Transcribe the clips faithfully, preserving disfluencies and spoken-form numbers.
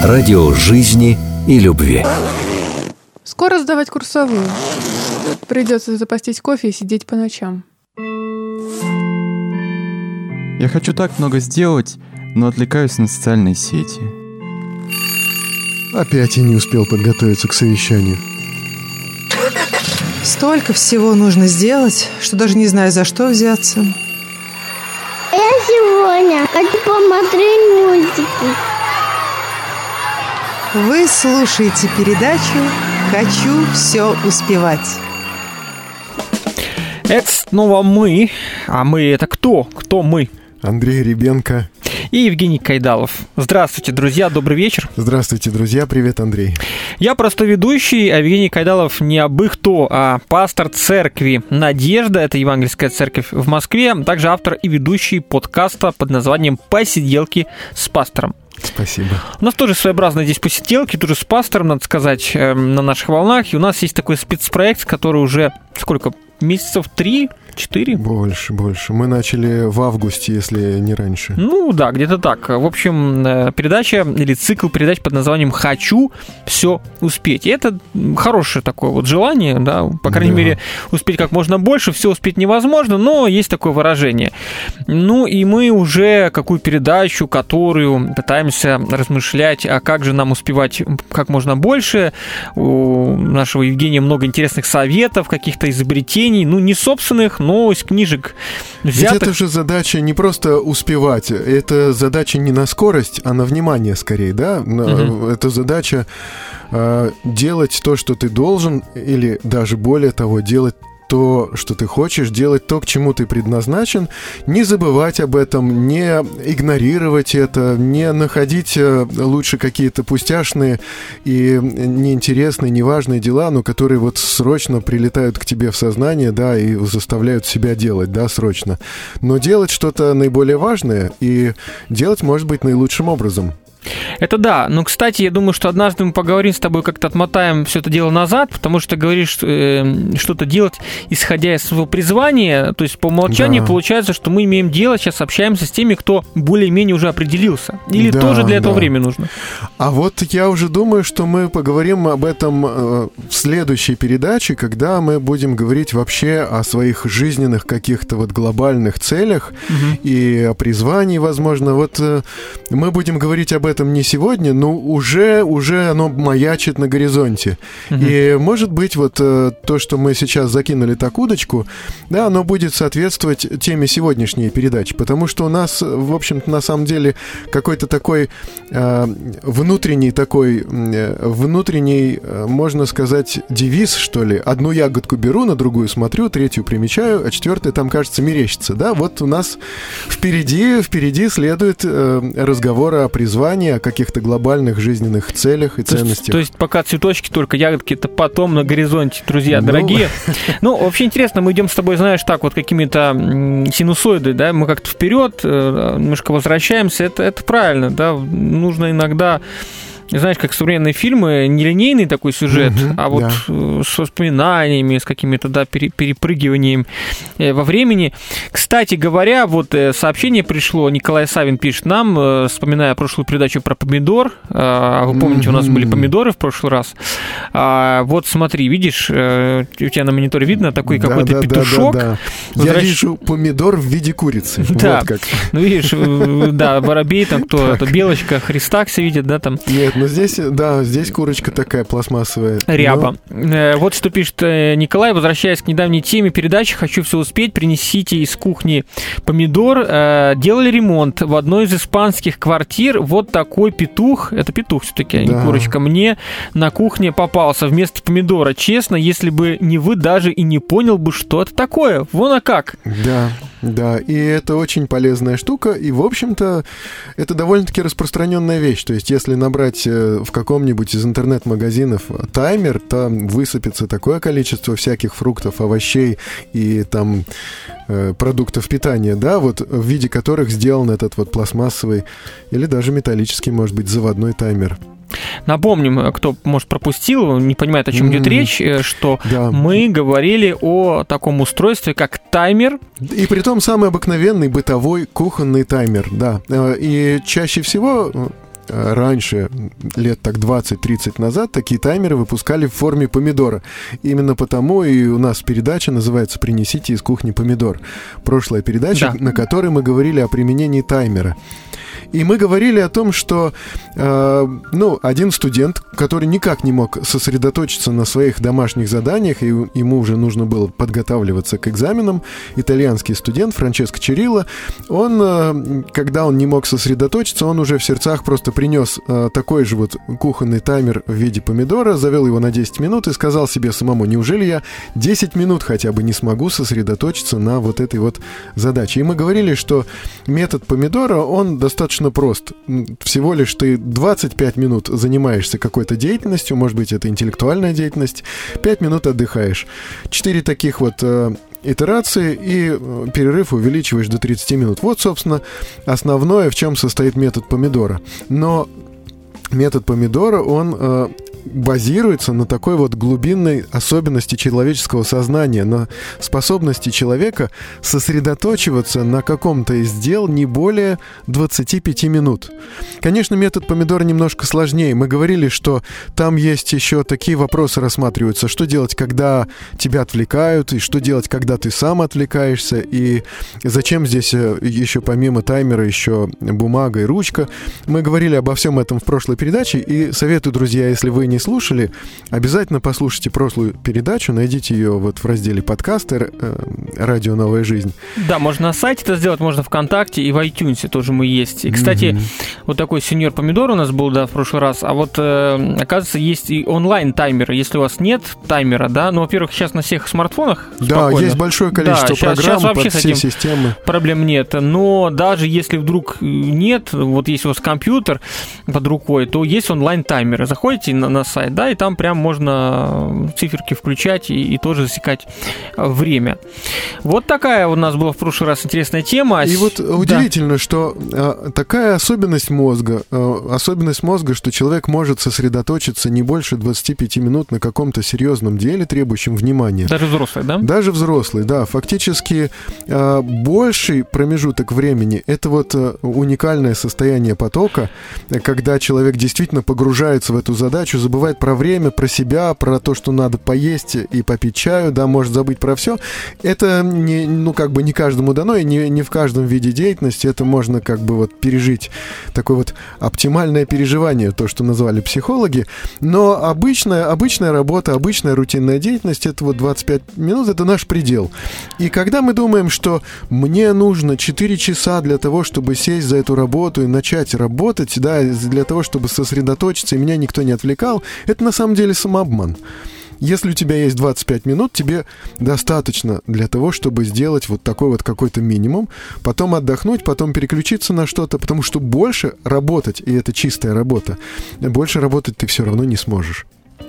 Радио жизни и любви. Скоро сдавать курсовую. Придется запастись кофе и сидеть по ночам. Я хочу так много сделать, но отвлекаюсь на социальные сети. Опять я не успел подготовиться к совещанию. Столько всего нужно сделать, что даже не знаю, за что взяться. Я сегодня хочу посмотреть мультики. Вы слушаете передачу «Хочу все успевать». Это снова мы. А мы это кто? Кто мы? Андрей Ребенко. И Евгений Кайдалов. Здравствуйте, друзья, добрый вечер. Здравствуйте, друзья, привет, Андрей. Я просто ведущий, а Евгений Кайдалов не абы кто, а пастор церкви «Надежда», это евангельская церковь в Москве, также автор и ведущий подкаста под названием «Посиделки с пастором». Спасибо. У нас тоже своеобразные здесь посиделки, тоже с пастором, надо сказать, на наших волнах. И у нас есть такой спецпроект, который уже сколько? Месяцев три, четыре? Больше, больше. Мы начали в августе, если не раньше. Ну да, где-то так. В общем, передача или цикл передач под названием «Хочу все успеть». И это хорошее такое вот желание, да, по крайней да. мере, успеть как можно больше. Все успеть невозможно, но есть такое выражение. Ну и мы уже какую передачу, которую пытаемся размышлять, а как же нам успевать как можно больше. У нашего Евгения много интересных советов, каких-то изобретений, ну не собственных, но из книжек взятых. Ведь это же задача не просто успевать, это задача не на скорость, а на внимание скорее, да? Угу. Это задача э, делать то, что ты должен, или даже более того, делать то, что ты хочешь, делать то, к чему ты предназначен, не забывать об этом, не игнорировать это, не находить лучше какие-то пустяшные и неинтересные, неважные дела, но которые вот срочно прилетают к тебе в сознание, да, и заставляют себя делать, да, срочно. Но делать что-то наиболее важное и делать, может быть, наилучшим образом. Это да, но, кстати, я думаю, что однажды мы поговорим с тобой, как-то отмотаем все это дело назад, потому что ты говоришь, э, что-то делать, исходя из своего призвания, то есть по умолчанию да. получается, что мы имеем дело, сейчас общаемся с теми, кто более-менее уже определился. Или да, тоже для этого да. время нужно? А вот я уже думаю, что мы поговорим об этом э, в следующей передаче, когда мы будем говорить вообще о своих жизненных каких-то вот глобальных целях угу. и о призвании, возможно. Вот э, мы будем говорить об этом этом не сегодня, но уже, уже оно маячит на горизонте. Uh-huh. И, может быть, вот э, то, что мы сейчас закинули так удочку, да, оно будет соответствовать теме сегодняшней передачи, потому что у нас, в общем-то, на самом деле какой-то такой э, внутренний такой, э, внутренний, э, можно сказать, девиз, что ли. Одну ягодку беру, на другую смотрю, третью примечаю, а четвертая там, кажется, мерещится, да. Вот у нас впереди, впереди следует э, разговор о призвании, о каких-то глобальных жизненных целях и то ценностях. Есть, то есть пока цветочки, только ягодки, это потом на горизонте, друзья, ну... дорогие. Ну, вообще интересно, мы идем с тобой, знаешь, так вот какими-то синусоидами, да, мы как-то вперед, немножко возвращаемся, это, это правильно, да, нужно иногда... Знаешь, как современные фильмы, нелинейный такой сюжет, uh-huh, а вот да. с воспоминаниями, с какими-то, да, перепрыгиванием во времени. Кстати говоря, вот сообщение пришло, Николай Савин пишет нам, вспоминая прошлую передачу про помидор, вы помните, uh-huh. у нас были помидоры в прошлый раз, вот смотри, видишь, у тебя на мониторе видно такой да, какой-то да, петушок. Да, да, да. Возвращ... Я вижу помидор в виде курицы. Да, вот как. Ну видишь, да, воробей, там кто, это белочка, Христа все видят, да, там. Нет, ну здесь, да, здесь курочка такая пластмассовая. Ряба. Но... Вот что пишет Николай, возвращаясь к недавней теме передачи, хочу все успеть, принесите из кухни помидор. Делали ремонт в одной из испанских квартир, вот такой петух, это петух все-таки, а да. не курочка, мне на кухне попался вместо помидора. Честно, если бы не вы, даже и не понял бы, что это такое. Вон а как. Да, да, и это очень полезная штука, и, в общем-то, это довольно-таки распространенная вещь. То есть, если набрать в каком-нибудь из интернет-магазинов таймер, там высыпется такое количество всяких фруктов, овощей и там э, продуктов питания, да, вот в виде которых сделан этот вот пластмассовый или даже металлический, может быть, заводной таймер. Напомним, кто, может, пропустил, не понимает, о чем mm-hmm. идет речь, что да. мы говорили о таком устройстве, как таймер. И притом самый обыкновенный бытовой кухонный таймер, да. И чаще всего раньше, лет так двадцать-тридцать назад, такие таймеры выпускали в форме помидора. Именно потому и у нас передача называется «Принесите из кухни помидор». Прошлая передача, да, на которой мы говорили о применении таймера. И мы говорили о том, что э, ну, один студент, который никак не мог сосредоточиться на своих домашних заданиях, и ему уже нужно было подготавливаться к экзаменам, итальянский студент Франческо Черилла, он, э, когда он не мог сосредоточиться, он уже в сердцах просто принес э, такой же вот кухонный таймер в виде помидора, завел его на десять минут и сказал себе самому: неужели я десять минут хотя бы не смогу сосредоточиться на вот этой вот задаче? И мы говорили, что метод помидора, он достаточно прост. Всего лишь ты двадцать пять минут занимаешься какой-то деятельностью, может быть, это интеллектуальная деятельность, пять минут отдыхаешь. Четыре таких вот э, итерации, и перерыв увеличиваешь до тридцати минут. Вот, собственно, основное, в чем состоит метод помидора. Но метод помидора, он э, базируется на такой вот глубинной особенности человеческого сознания, на способности человека сосредоточиваться на каком-то из дел не более двадцати пяти минут. Конечно, метод помидора немножко сложнее. Мы говорили, что там есть еще такие вопросы рассматриваются: что делать, когда тебя отвлекают, и что делать, когда ты сам отвлекаешься, и зачем здесь еще помимо таймера еще бумага и ручка. Мы говорили обо всем этом в прошлой передаче, и советую, друзья, если вы не слушали, обязательно послушайте прошлую передачу, найдите ее вот в разделе подкасты «Радио Новая жизнь». Да, можно на сайте это сделать, можно ВКонтакте, и в iTunes тоже мы есть. И, кстати, mm-hmm. вот такой сеньор помидор у нас был, да, в прошлый раз, а вот, э, оказывается, есть и онлайн-таймеры, если у вас нет таймера, да, ну, во-первых, сейчас на всех смартфонах да, спокойно. Есть большое количество да, сейчас, программ сейчас под все системы. Проблем нет, но даже если вдруг нет, вот есть у вас компьютер под рукой, то есть онлайн-таймеры. Заходите на, на сайт, да, и там прям можно циферки включать и, и тоже засекать время. Вот такая у нас была в прошлый раз интересная тема. И вот да. удивительно, что а, такая особенность мозга, а, особенность мозга, что человек может сосредоточиться не больше двадцати пяти минут на каком-то серьезном деле, требующем внимания. Даже взрослый, да? Даже взрослый, да. Фактически а, больший промежуток времени — это вот а, уникальное состояние потока, когда человек действительно погружается в эту задачу, забывает про время, про себя, про то, что надо поесть и попить чаю, да, может забыть про все. Это не, ну, как бы не каждому дано, и не, не в каждом виде деятельности. Это можно как бы вот пережить такое вот оптимальное переживание, то, что назвали психологи. Но обычная, обычная работа, обычная рутинная деятельность — это вот двадцать пять минут, это наш предел. И когда мы думаем, что мне нужно четыре часа для того, чтобы сесть за эту работу и начать работать, да, для того, чтобы сосредоточиться, и меня никто не отвлекал, это на самом деле самообман. Если у тебя есть двадцать пять минут, тебе достаточно для того, чтобы сделать вот такой вот какой-то минимум, потом отдохнуть, потом переключиться на что-то, потому что больше работать, и это чистая работа, больше работать ты все равно не сможешь.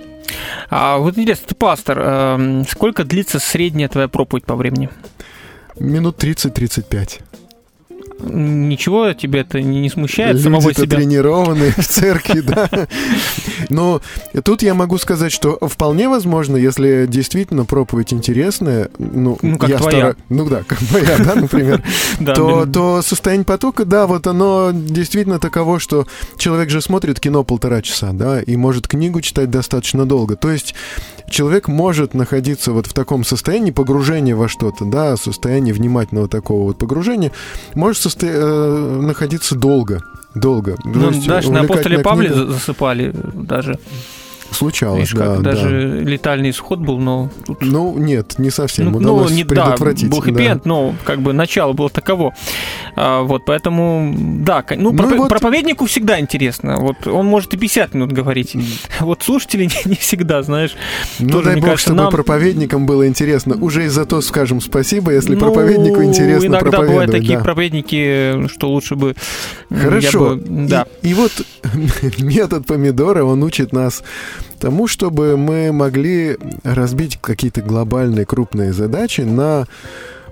А вот интересно, ты пастор, э, сколько длится средняя твоя проповедь по времени? Минут тридцать-тридцать пять. Ничего тебе это не смущает? Люди-то самого себя? Тренированные в церкви, да. Но тут я могу сказать, что вполне возможно, если действительно проповедь интересная, ну, ну как я твоя. Стара... Ну да, как моя, да, например, то, то состояние потока, да, вот оно действительно таково, что человек же смотрит кино полтора часа, да, и может книгу читать достаточно долго. То есть человек может находиться вот в таком состоянии погружения во что-то, да, состоянии внимательного такого вот погружения, может состо... находиться долго, долго. Ну, даже на апостоле Павле книга... засыпали даже. Случалось, видишь, да, как, да. Даже летальный исход был, но... Тут... Ну, нет, не совсем. Ну, удалось ну, не, предотвратить. Да, был хэппи-энд, да. Но как бы начало было таково. А, вот, поэтому, да, ну, ну пропо- вот... проповеднику всегда интересно. Вот он может и пятьдесят минут говорить. Mm. Вот слушатели не, не всегда, знаешь... Ну, тоже, дай бог, кажется, чтобы нам... проповедникам было интересно. Уже и за то скажем спасибо, если ну, проповеднику интересно иногда проповедовать. Бывают такие да. проповедники, что лучше бы... Хорошо. Бы, да. и, и вот метод помидора, он учит нас тому, чтобы мы могли разбить какие-то глобальные крупные задачи на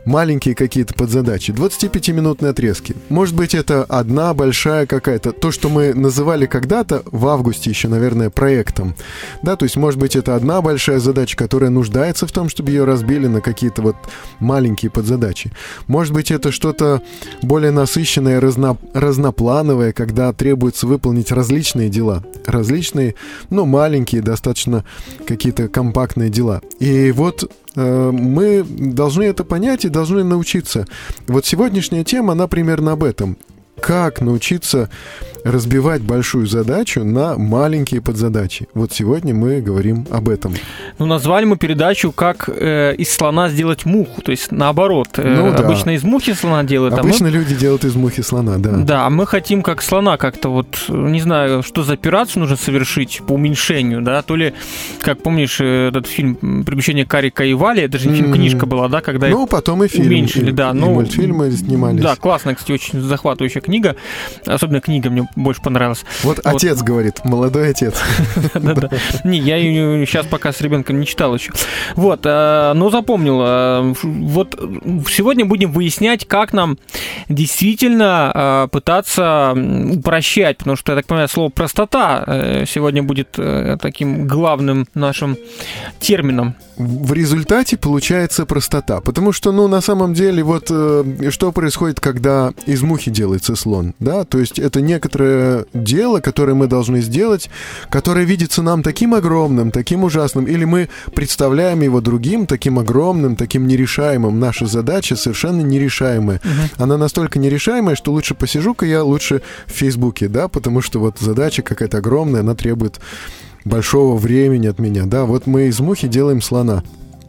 маленькие какие-то подзадачи, двадцатипятиминутные отрезки. Может быть, это одна большая какая-то, то, что мы называли когда-то в августе еще, наверное, проектом. Да, то есть, может быть, это одна большая задача, которая нуждается в том, чтобы ее разбили на какие-то вот маленькие подзадачи. Может быть, это что-то более насыщенное, разно, разноплановое, когда требуется выполнить различные дела. Различные, ну, маленькие, достаточно какие-то компактные дела. И вот э, мы должны это понять и должны научиться. Вот сегодняшняя тема, она примерно об этом. Как научиться разбивать большую задачу на маленькие подзадачи. Вот сегодня мы говорим об этом. Ну, назвали мы передачу «Как э, из слона сделать муху». То есть, наоборот. Ну, э, да. Обычно из мухи слона делают. Обычно а мы... люди делают из мухи слона, да. Да, а мы хотим как слона как-то вот, не знаю, что за операцию нужно совершить по уменьшению, да, то ли, как помнишь, этот фильм «Приключения Карика и Вали», это же не фильм, mm-hmm. книжка была, да, когда ну, их потом и фильм, уменьшили, и, да. И ну, мультфильмы снимались. Да, классная, кстати, очень захватывающая книга. Особенно книга мне больше понравилась. Вот, вот. Отец говорит, молодой отец. Да-да. Не, я ее сейчас пока с ребенком не читал еще. Вот, но запомнил. Вот сегодня будем выяснять, как нам действительно пытаться упрощать, потому что, я так понимаю, слово «простота» сегодня будет таким главным нашим термином. В результате получается простота, потому что, ну, на самом деле, вот что происходит, когда из мухи делается слон, да, то есть это некоторое дело, которое мы должны сделать, которое видится нам таким огромным, таким ужасным, или мы представляем его другим таким огромным, таким нерешаемым. Наша задача совершенно нерешаемая. Uh-huh. Она настолько нерешаемая, что лучше посижу-ка я лучше в Фейсбуке, да, потому что вот задача какая-то огромная, она требует большого времени от меня, да, вот мы из мухи делаем слона.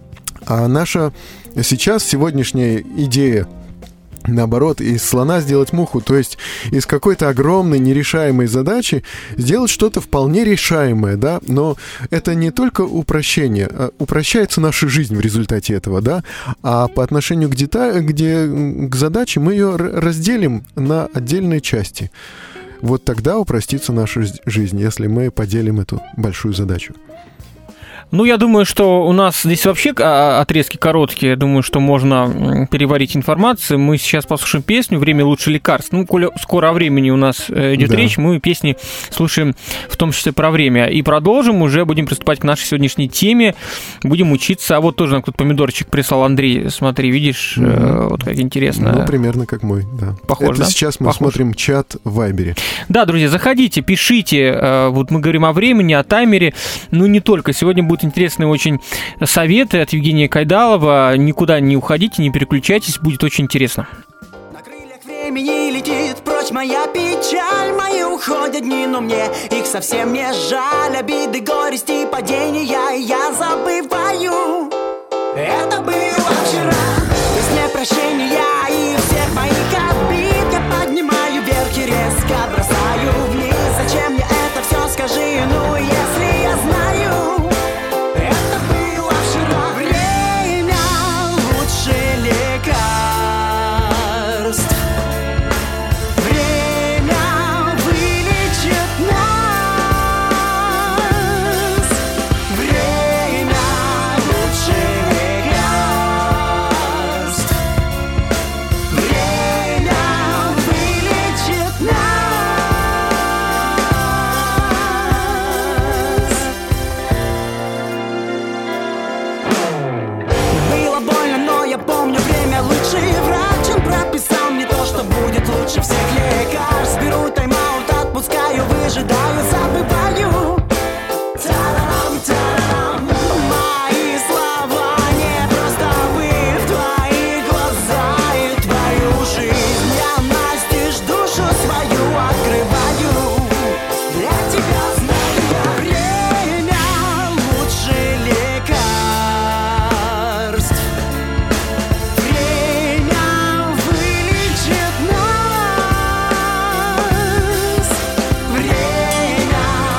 А наша сейчас сегодняшняя идея, наоборот, из слона сделать муху, то есть из какой-то огромной нерешаемой задачи сделать что-то вполне решаемое, да, но это не только упрощение, а упрощается наша жизнь в результате этого, да, а по отношению к деталям, где к задаче мы ее разделим на отдельные части. Вот тогда упростится наша жизнь, если мы поделим эту большую задачу. Ну, я думаю, что у нас здесь вообще отрезки короткие. Я думаю, что можно переварить информацию. Мы сейчас послушаем песню «Время лучше лекарств». Ну, коли скоро о времени у нас идет да. речь, мы песни слушаем в том числе про время. И продолжим, уже будем приступать к нашей сегодняшней теме. Будем учиться. А вот тоже нам тут помидорчик прислал Андрей. Смотри, видишь, mm-hmm. вот как интересно. Ну, примерно как мой, да. Похож, Это да? сейчас мы Похож. смотрим чат в Вайбере. Да, друзья, заходите, пишите. Вот мы говорим о времени, о таймере. Ну, не только. Сегодня будет интересные очень советы от Евгения Кайдалова. Никуда не уходите, не переключайтесь, будет очень интересно. На крыльях времени летит прочь моя печаль. Мои уходят дни, но мне их совсем не жаль. Обиды, горести, падения я забываю. Это было вчера, без дня прощения и всех моих обид. Я поднимаю вверх и резко бросаю вниз. Зачем мне это все, скажи, ну если я знаю. Лучше всех лекарств. Беру тайм-аут, отпускаю, выжидаю, забываю. Та-да-дам, та-да-дам. Мои слова не просто вы. В твои глаза и твою жизнь я настежь душу свою открываю. Для тебя знаю я. Время лучше лекарств. Время вылечит нас. Время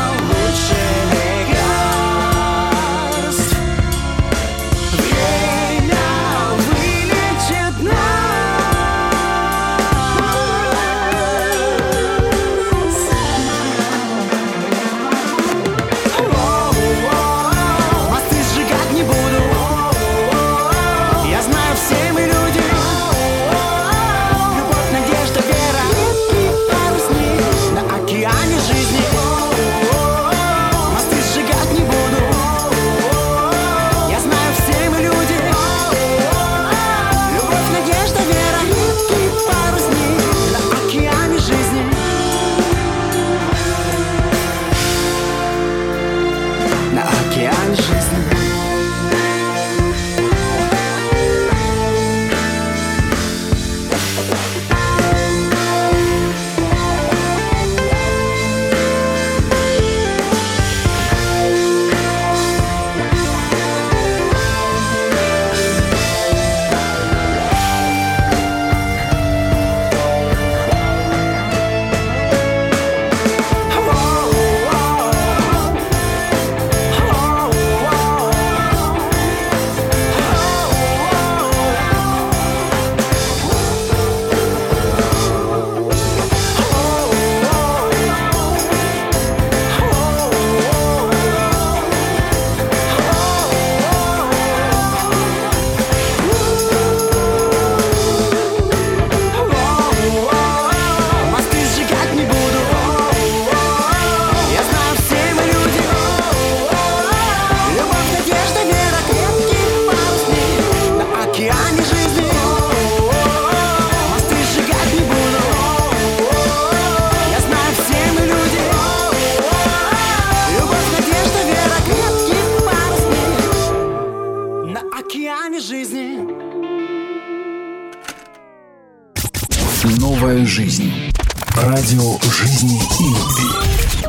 Радио «Жизнь». Радио жизни и любви.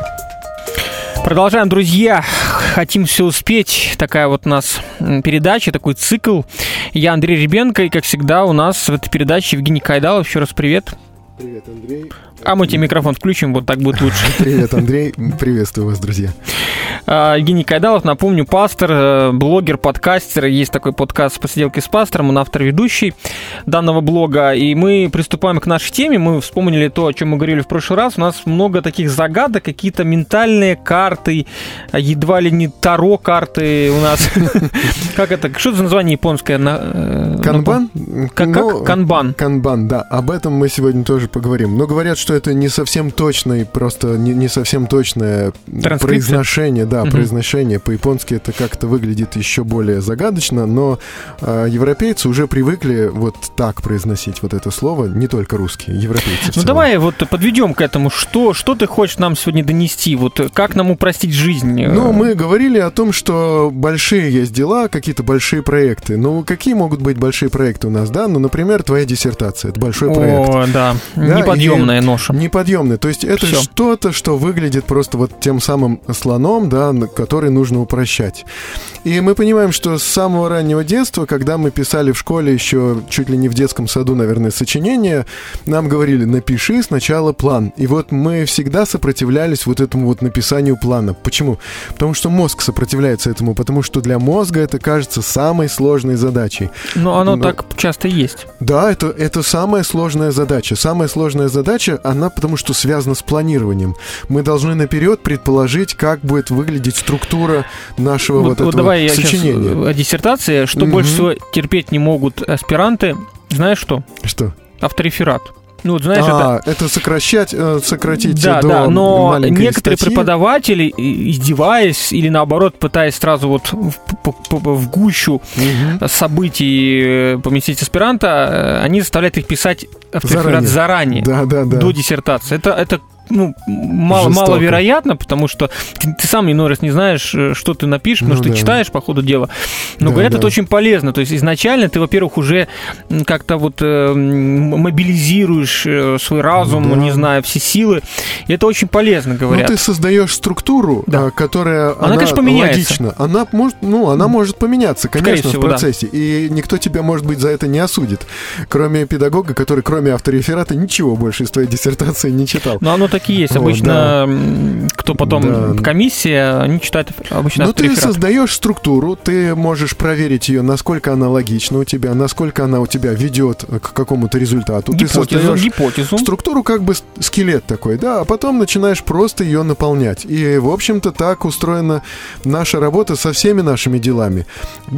Продолжаем, друзья. Хотим все успеть. Такая вот у нас передача, такой цикл. Я Андрей Ребенко, и, как всегда, у нас в этой передаче Евгений Кайдалов. Еще раз привет. Привет, Андрей. А мы тебе микрофон включим, вот так будет лучше. Привет, Андрей. Приветствую вас, друзья. Евгений Кайдалов, напомню, пастор, блогер, подкастер. Есть такой подкаст «Посиделки с пастором». Он автор-ведущий данного блога. И мы приступаем к нашей теме. Мы вспомнили то, о чем мы говорили в прошлый раз. У нас много таких загадок, какие-то ментальные карты, едва ли не таро-карты у нас. Как это? Что это за название японское? Канбан? Как? Канбан. Канбан, да. Об этом мы сегодня тоже поговорим. Но говорят, что это не совсем точное, просто не, не совсем точное произношение, да, угу. произношение. По-японски это как-то выглядит еще более загадочно, но э, европейцы уже привыкли вот так произносить вот это слово, не только русские, европейцы. Ну давай вот подведем к этому. Что, что ты хочешь нам сегодня донести? Вот как нам упростить жизнь? Ну, мы говорили о том, что большие есть дела, какие-то большие проекты. Ну, какие могут быть большие проекты у нас, да? Ну, например, твоя диссертация. Это большой проект. О, да. да? Неподъемная ноша. Неподъемная. То есть это Всё. что-то, что выглядит просто вот тем самым слоном, да, который нужно упрощать. И мы понимаем, что с самого раннего детства, когда мы писали в школе еще чуть ли не в детском саду, наверное, сочинения, нам говорили: напиши сначала план. И вот мы всегда сопротивлялись вот этому вот написанию плана. Почему? Потому что мозг сопротивляется этому, потому что для мозга это кажется самой сложной задачей. Но оно Но... так часто есть. Да, это, это самая сложная задача. Самая сложная задача, она потому что связана с планированием. Мы должны наперед предположить, как будет выглядеть структура нашего вот, вот этого вот давай я сочинения. Сейчас о диссертации. Что Mm-hmm. больше всего терпеть не могут аспиранты, знаешь что? Что? Автореферат. Ну, вот, знаешь, а, это... это сокращать, сократить да, до да, но маленькой некоторые статьи. Преподаватели, издеваясь или, наоборот, пытаясь сразу вот в, в гущу угу. событий поместить аспиранта, они заставляют их писать автореферат заранее, заранее да, да, да. до диссертации. Это, это ну, мало, маловероятно, потому что ты, ты сам иной раз не знаешь, что ты напишешь, потому ну, что да. ты читаешь по ходу дела. Но да, говорят, да. это очень полезно. То есть изначально ты, во-первых, уже как-то вот э, мобилизируешь э, свой разум, да. не знаю, все силы. И это очень полезно, говорят. Ну, ты создаешь структуру, да. которая она, она конечно, поменяется. Логична. Она может, ну, она может поменяться, конечно, всего, в процессе. Да. И никто тебя, может быть, за это не осудит. Кроме педагога, который, кроме автореферата, ничего больше из твоей диссертации не читал. Но оно такие есть. Обычно, да. кто потом, да. комиссия, они читают обычно Ну, ты создаешь структуру, ты можешь проверить ее, насколько она логична у тебя, насколько она у тебя ведет к какому-то результату. Гипотезу, ты создаешь гипотезу. структуру, как бы скелет такой, да, а потом начинаешь просто ее наполнять. И, в общем-то, так устроена наша работа со всеми нашими делами.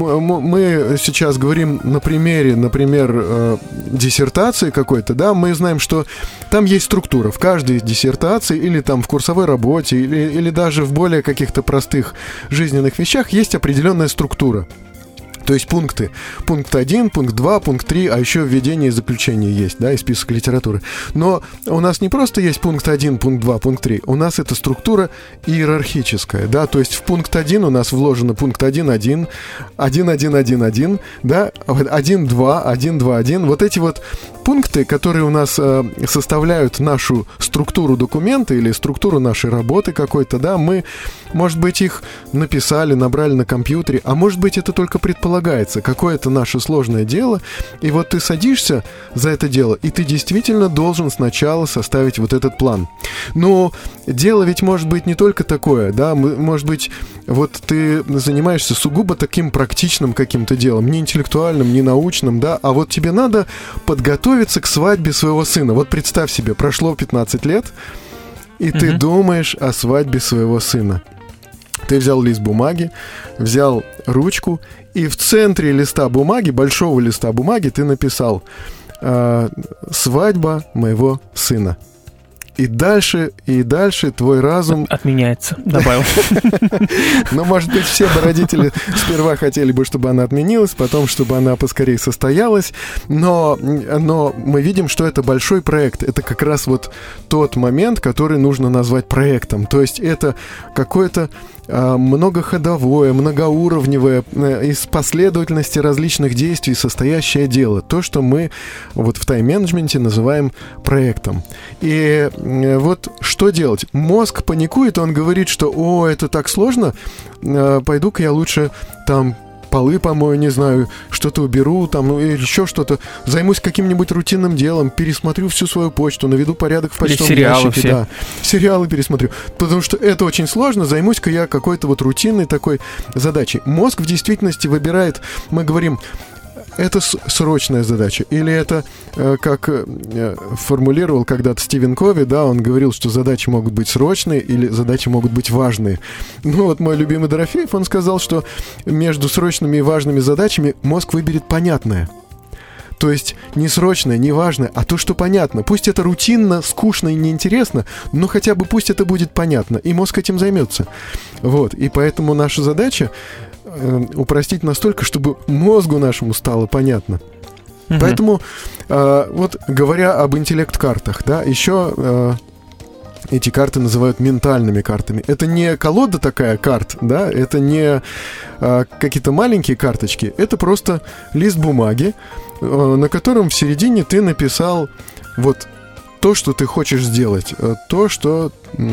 Мы сейчас говорим на примере, например, диссертации какой-то, да, мы знаем, что там есть структура. В каждой диссертации или там в курсовой работе, или, или даже в более каких-то простых жизненных вещах есть определенная структура. То есть пункты. Пункт один, пункт два, пункт три, а еще введение и заключение есть, да, и список литературы. Но у нас не просто есть пункт один, пункт два, пункт три. У нас эта структура иерархическая, да, то есть в пункт один у нас вложено пункт один, один, один, один, один, один, да, один, два, один, два, один. Вот эти вот пункты, которые у нас э, составляют нашу структуру документа или структуру нашей работы какой-то, да, мы, может быть, их написали, набрали на компьютере, а может быть, это только предполагается, какое-то наше сложное дело, и вот ты садишься за это дело, и ты действительно должен сначала составить вот этот план. Но дело ведь может быть не только такое, да, может быть, вот ты занимаешься сугубо таким практичным каким-то делом, не интеллектуальным, не научным, да, а вот тебе надо подготовиться к свадьбе своего сына. Вот представь себе, прошло пятнадцать лет, и ты mm-hmm. думаешь о свадьбе своего сына. Ты взял лист бумаги, взял ручку, и в центре листа бумаги, большого листа бумаги, ты написал э, «Свадьба моего сына». И дальше, и дальше твой разум... Отменяется, добавил. Ну, может быть, все бы родители сперва хотели бы, чтобы она отменилась, потом, чтобы она поскорее состоялась. Но, но мы видим, что это большой проект. Это как раз вот тот момент, который нужно назвать проектом. То есть это какое-то многоходовое, многоуровневое, из последовательности различных действий состоящее дело. То, что мы вот в тайм-менеджменте называем проектом. И вот что делать? Мозг паникует, он говорит, что «О, это так сложно, пойду-ка я лучше там полы помою, не знаю, что-то уберу, там, ну, или еще что-то, займусь каким-нибудь рутинным делом, пересмотрю всю свою почту, наведу порядок в почтовом ящике». Все. Да, сериалы пересмотрю. Потому что это очень сложно, займусь-ка я какой-то вот рутинной такой задачей. Мозг в действительности выбирает, мы говорим, это срочная задача, или это, как формулировал когда-то Стивен Кови, да, он говорил, что задачи могут быть срочные или задачи могут быть важные. Ну вот мой любимый Дорофеев, он сказал, что между срочными и важными задачами мозг выберет понятное. То есть не срочное, не важное, а то, что понятно. Пусть это рутинно, скучно и неинтересно, но хотя бы пусть это будет понятно, и мозг этим займется. Вот, и поэтому наша задача упростить настолько, чтобы мозгу нашему стало понятно. Uh-huh. Поэтому, э, вот говоря об интеллект-картах, да, еще э, эти карты называют ментальными картами. Это не колода такая карт, да, это не э, какие-то маленькие карточки, это просто лист бумаги, э, на котором в середине ты написал вот то, что ты хочешь сделать, то, что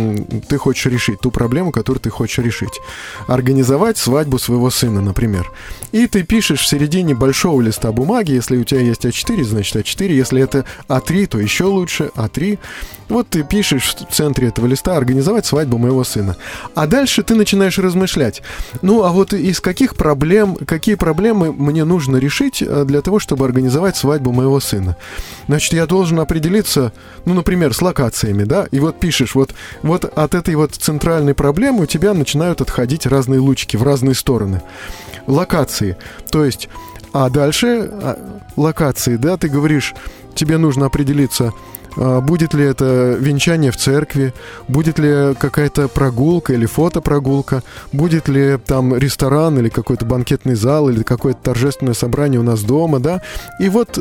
ты хочешь решить, ту проблему, которую ты хочешь решить. Организовать свадьбу своего сына, например. И ты пишешь в середине большого листа бумаги, если у тебя есть а четыре, значит а четыре, если это а три, то еще лучше а три. Вот ты пишешь в центре этого листа «Организовать свадьбу моего сына». А дальше ты начинаешь размышлять. Ну, а вот из каких проблем, какие проблемы мне нужно решить для того, чтобы организовать свадьбу моего сына? Значит, я должен определиться, ну, например, с локациями, да? И вот пишешь, вот, вот от этой вот центральной проблемы у тебя начинают отходить разные лучики в разные стороны. Локации. То есть, а дальше локации, да, ты говоришь, тебе нужно определиться, будет ли это венчание в церкви, будет ли какая-то прогулка или фотопрогулка, будет ли там ресторан или какой-то банкетный зал или какое-то торжественное собрание у нас дома, да. И вот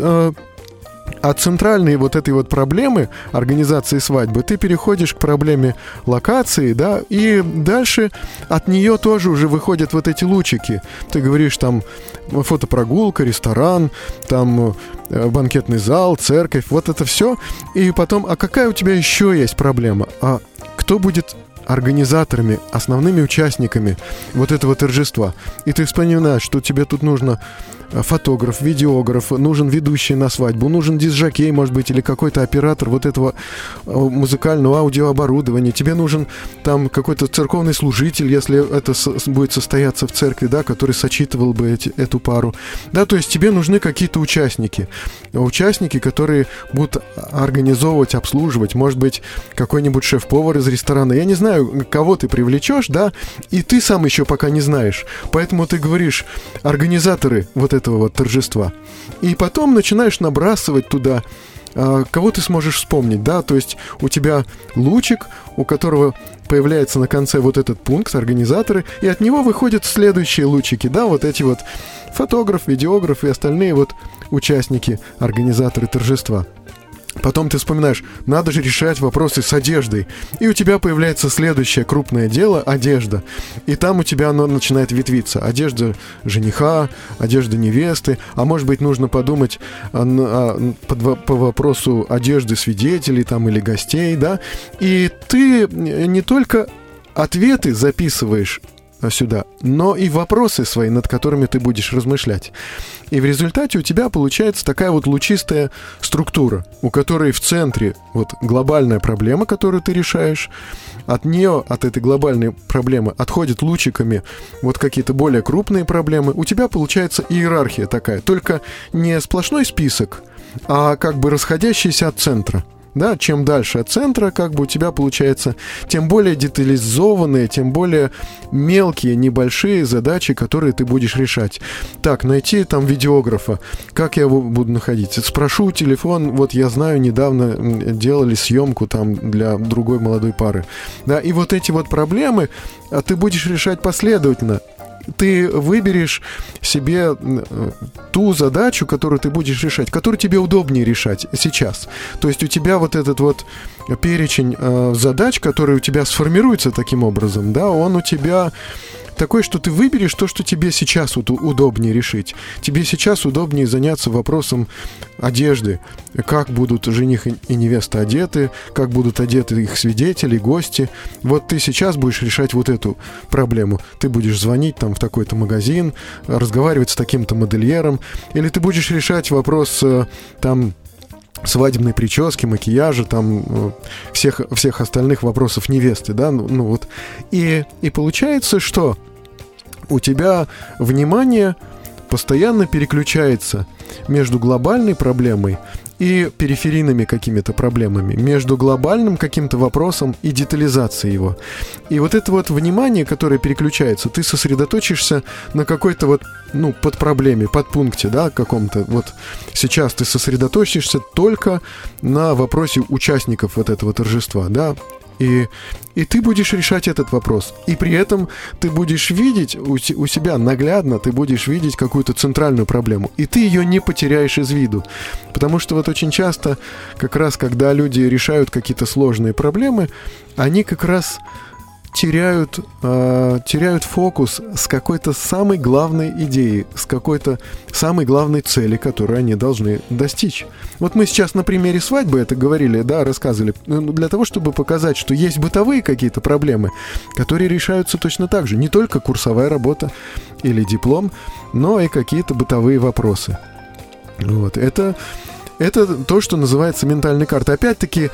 от центральной вот этой вот проблемы организации свадьбы ты переходишь к проблеме локации, да, и дальше от нее тоже уже выходят вот эти лучики. Ты говоришь там фотопрогулка, ресторан, там банкетный зал, церковь, вот это все. И потом, а какая у тебя еще есть проблема? А кто будет организаторами, основными участниками вот этого торжества? И ты вспоминаешь, что тебе тут нужно фотограф, видеограф, нужен ведущий на свадьбу, нужен диск-жокей, может быть, или какой-то оператор вот этого музыкального аудиооборудования. Тебе нужен там какой-то церковный служитель, если это с- будет состояться в церкви, да, который сочитывал бы эти, эту пару. Да, то есть тебе нужны какие-то участники. Участники, которые будут организовывать, обслуживать, может быть, какой-нибудь шеф-повар из ресторана. Я не знаю, кого ты привлечешь, да, и ты сам еще пока не знаешь. Поэтому ты говоришь, организаторы вот этого вот торжества. И потом начинаешь набрасывать туда, а, кого ты сможешь вспомнить, да, то есть у тебя лучик, у которого появляется на конце вот этот пункт, организаторы, и от него выходят следующие лучики, да, вот эти вот фотограф, видеограф и остальные вот участники, организаторы торжества. Потом ты вспоминаешь, надо же решать вопросы с одеждой. И у тебя появляется следующее крупное дело – одежда. И там у тебя оно начинает ветвиться. Одежда жениха, одежда невесты. А может быть, нужно подумать о, о, по, по вопросу одежды свидетелей там, или гостей, да? И ты не только ответы записываешь сюда, но и вопросы свои, над которыми ты будешь размышлять. И в результате у тебя получается такая вот лучистая структура, у которой в центре вот глобальная проблема, которую ты решаешь. От нее, от этой глобальной проблемы отходят лучиками вот какие-то более крупные проблемы. У тебя получается иерархия такая, только не сплошной список, а как бы расходящийся от центра. Да, чем дальше от центра, как бы у тебя получается, тем более детализованные, тем более мелкие, небольшие задачи, которые ты будешь решать. Так, найти там видеографа, как я его буду находить? Спрошу телефон, вот я знаю, недавно делали съемку там для другой молодой пары. Да, и вот эти вот проблемы ты будешь решать последовательно. Ты выберешь себе ту задачу, которую ты будешь решать, которую тебе удобнее решать сейчас. То есть у тебя вот этот вот перечень э, задач, который у тебя сформируется таким образом, да, он у тебя такой, что ты выберешь то, что тебе сейчас удобнее решить. Тебе сейчас удобнее заняться вопросом одежды. Как будут жених и невеста одеты, как будут одеты их свидетели, гости. Вот ты сейчас будешь решать вот эту проблему. Ты будешь звонить там в такой-то магазин, разговаривать с таким-то модельером. Или ты будешь решать вопрос там свадебной прически, макияжа, там всех, всех остальных вопросов невесты, да, ну, ну вот. И, и получается, что у тебя внимание постоянно переключается между глобальной проблемой и периферийными какими-то проблемами, между глобальным каким-то вопросом и детализацией его. И вот это вот внимание, которое переключается, ты сосредоточишься на какой-то вот, ну, подпроблеме, подпункте, да, каком-то. Вот сейчас ты сосредоточишься только на вопросе участников вот этого торжества, да, И, и ты будешь решать этот вопрос. И при этом ты будешь видеть у, у себя наглядно, ты будешь видеть какую-то центральную проблему. И ты ее не потеряешь из виду. Потому что вот очень часто, как раз когда люди решают какие-то сложные проблемы, они как раз теряют, э, теряют фокус с какой-то самой главной идеей, с какой-то самой главной цели, которую они должны достичь. Вот мы сейчас на примере свадьбы это говорили, да, рассказывали, для того, чтобы показать, что есть бытовые какие-то проблемы, которые решаются точно так же. Не только курсовая работа или диплом, но и какие-то бытовые вопросы. Вот, это... Это то, что называется ментальной картой. Опять-таки,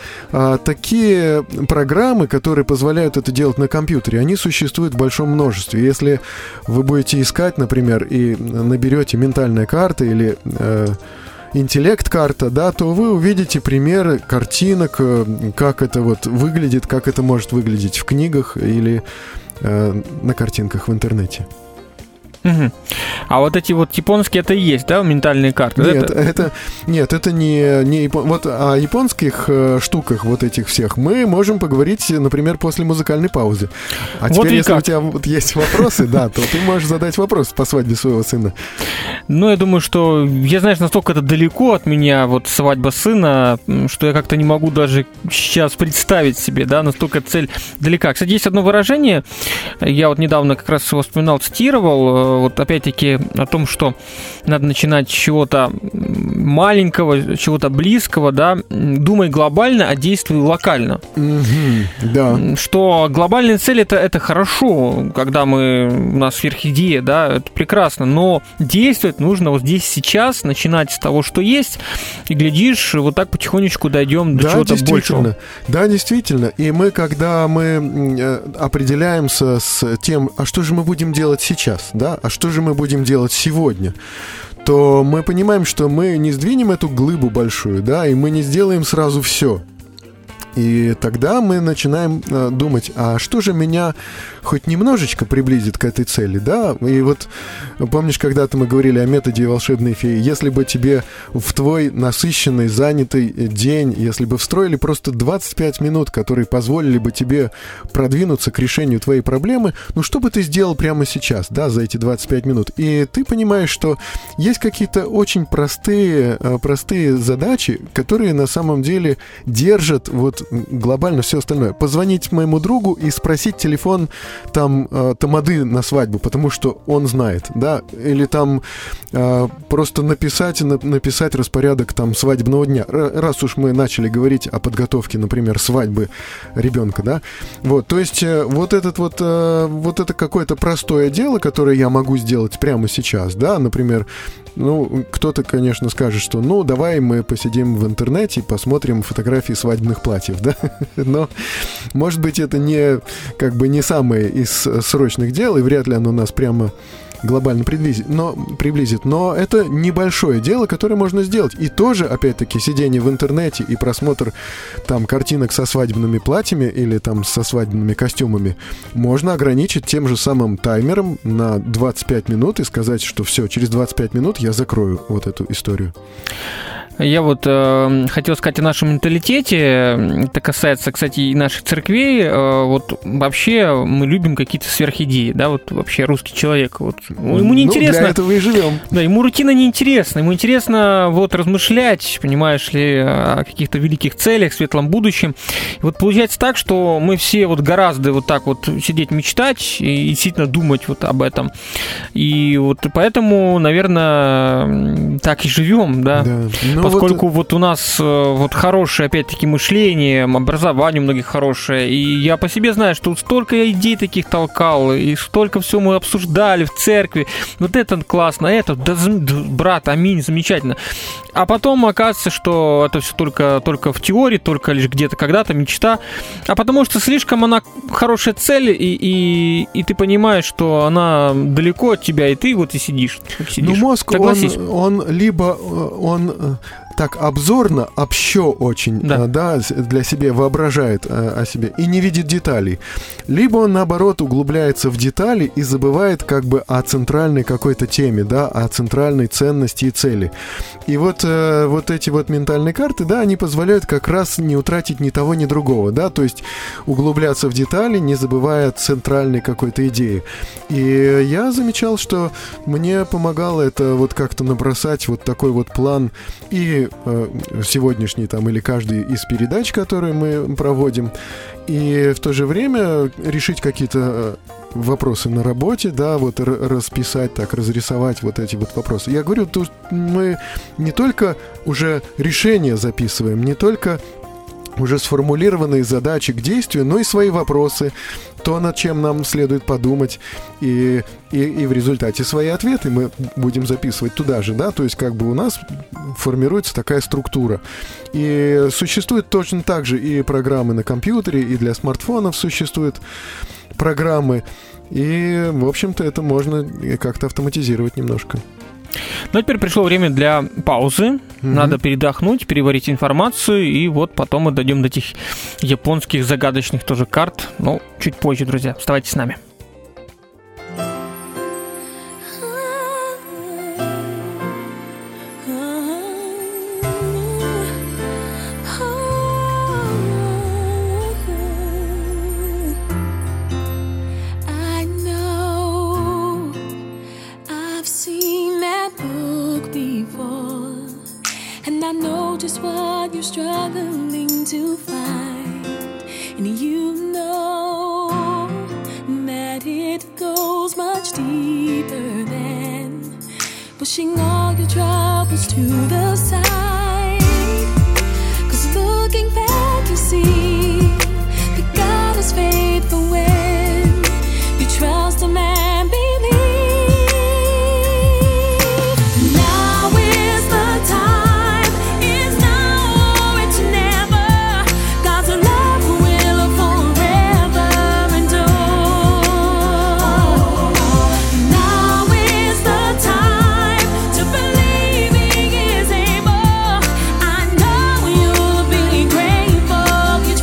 такие программы, которые позволяют это делать на компьютере, они существуют в большом множестве. Если вы будете искать, например, и наберете ментальная карта или э, интеллект-карта, да, то вы увидите примеры картинок, как это вот выглядит, как это может выглядеть в книгах или э, на картинках в интернете. Угу. А вот эти вот японские, это и есть, да, ментальные карты? Нет, это, это, нет, это не, не япон... Вот о японских э, штуках вот этих всех мы можем поговорить, например, после музыкальной паузы. А вот теперь, если как. У тебя вот есть вопросы, да, то ты можешь задать вопрос по свадьбе своего сына. Ну, я думаю, что я, знаешь, настолько это далеко от меня, вот свадьба сына, что я как-то не могу даже сейчас представить себе, да, настолько цель далека. Кстати, есть одно выражение, я вот недавно как раз его вспоминал, цитировал, вот опять-таки о том, что надо начинать с чего-то маленького, чего-то близкого, да, думай глобально, а действуй локально. Mm-hmm, да. Что глобальная цель это, это хорошо, когда мы, у нас сверхидея, да, это прекрасно, но действовать нужно вот здесь сейчас, начинать с того, что есть, и глядишь, вот так потихонечку дойдем до да, чего-то большего. Да, действительно. И мы, когда мы определяемся с тем, а что же мы будем делать сейчас, да, а что же мы будем делать сегодня, то мы понимаем, что мы не сдвинем эту глыбу большую, да, и мы не сделаем сразу все. И тогда мы начинаем э, думать, а что же меня хоть немножечко приблизит к этой цели, да? И вот помнишь, когда-то мы говорили о методе волшебной феи, если бы тебе в твой насыщенный, занятый день, если бы встроили просто двадцать пять минут, которые позволили бы тебе продвинуться к решению твоей проблемы, ну что бы ты сделал прямо сейчас, да, за эти двадцать пять минут? И ты понимаешь, что есть какие-то очень простые, простые задачи, которые на самом деле держат вот глобально все остальное. Позвонить моему другу и спросить телефон там э, тамады на свадьбу, потому что он знает, да, или там э, просто написать, на, написать распорядок там свадебного дня. Раз уж мы начали говорить о подготовке, например, свадьбы ребенка, да, вот, то есть э, вот этот вот, э, вот это какое-то простое дело, которое я могу сделать прямо сейчас, да, например, ну, кто-то, конечно, скажет, что, ну, давай мы посидим в интернете и посмотрим фотографии свадебных платьев, да, но, может быть, это не, как бы, не самое из срочных дел, и вряд ли оно нас прямо глобально приблизит, но, приблизит. Но это небольшое дело, которое можно сделать. И тоже, опять-таки, сидение в интернете и просмотр там картинок со свадебными платьями или там со свадебными костюмами можно ограничить тем же самым таймером на двадцать пять минут и сказать, что все, через двадцать пять минут я закрою вот эту историю. Я вот э, хотел сказать о нашем менталитете. Это касается, кстати, и наших церквей. Э, вот вообще мы любим какие-то сверхидеи, да, вот вообще русский человек. Вот, ему не интересно. Ну, для этого и живем. Да, ему рутина не интересна. Ему интересно вот размышлять, понимаешь ли, о каких-то великих целях, светлом будущем. И вот получается так, что мы все вот гораздо вот так вот сидеть мечтать и действительно думать вот об этом. И вот поэтому, наверное, так и живем, да. Да. Ну, Поскольку вот... вот у нас вот хорошее, опять-таки, мышление, образование у многих хорошее, и я по себе знаю, что столько идей таких толкал, и столько всего мы обсуждали в церкви, вот это классно, это, да, брат, аминь, замечательно. А потом оказывается, что это все только, только в теории, только лишь где-то когда-то, мечта, а потому что слишком она хорошая цель, и, и, и ты понимаешь, что она далеко от тебя, и ты вот и сидишь. сидишь. Ну, мозг, Согласись. он, он либо он... так обзорно, общо очень, да. Да, для себя воображает о себе и не видит деталей. Либо он, наоборот, углубляется в детали и забывает как бы о центральной какой-то теме, да, о центральной ценности и цели. И вот, э, вот эти вот ментальные карты, да, они позволяют как раз не утратить ни того, ни другого, да, то есть углубляться в детали, не забывая центральной какой-то идеи. И я замечал, что мне помогало это вот как-то набросать вот такой вот план и сегодняшний там или каждый из передач, которые мы проводим, и в то же время решить какие-то вопросы на работе, да, вот расписать так, разрисовать вот эти вот вопросы. Я говорю, тут мы не только уже решения записываем, не только уже сформулированные задачи к действию, но и свои вопросы, то, над чем нам следует подумать, и, и, и в результате свои ответы мы будем записывать туда же, да, то есть как бы у нас формируется такая структура. И существует точно так же и программы на компьютере, и для смартфонов существуют программы, и, в общем-то, это можно как-то автоматизировать немножко. Ну, а теперь пришло время для паузы. Mm-hmm. Надо передохнуть, переварить информацию, и вот потом мы дойдем до этих японских загадочных тоже карт. Ну, чуть позже, друзья. Оставайтесь с нами. Struggling to find, and you know that it goes much deeper than pushing all your troubles to the side. 'Cause looking back you see that God is faithful when you trust Him and believe. Now is the time. Believing is able. I know you'll be grateful. You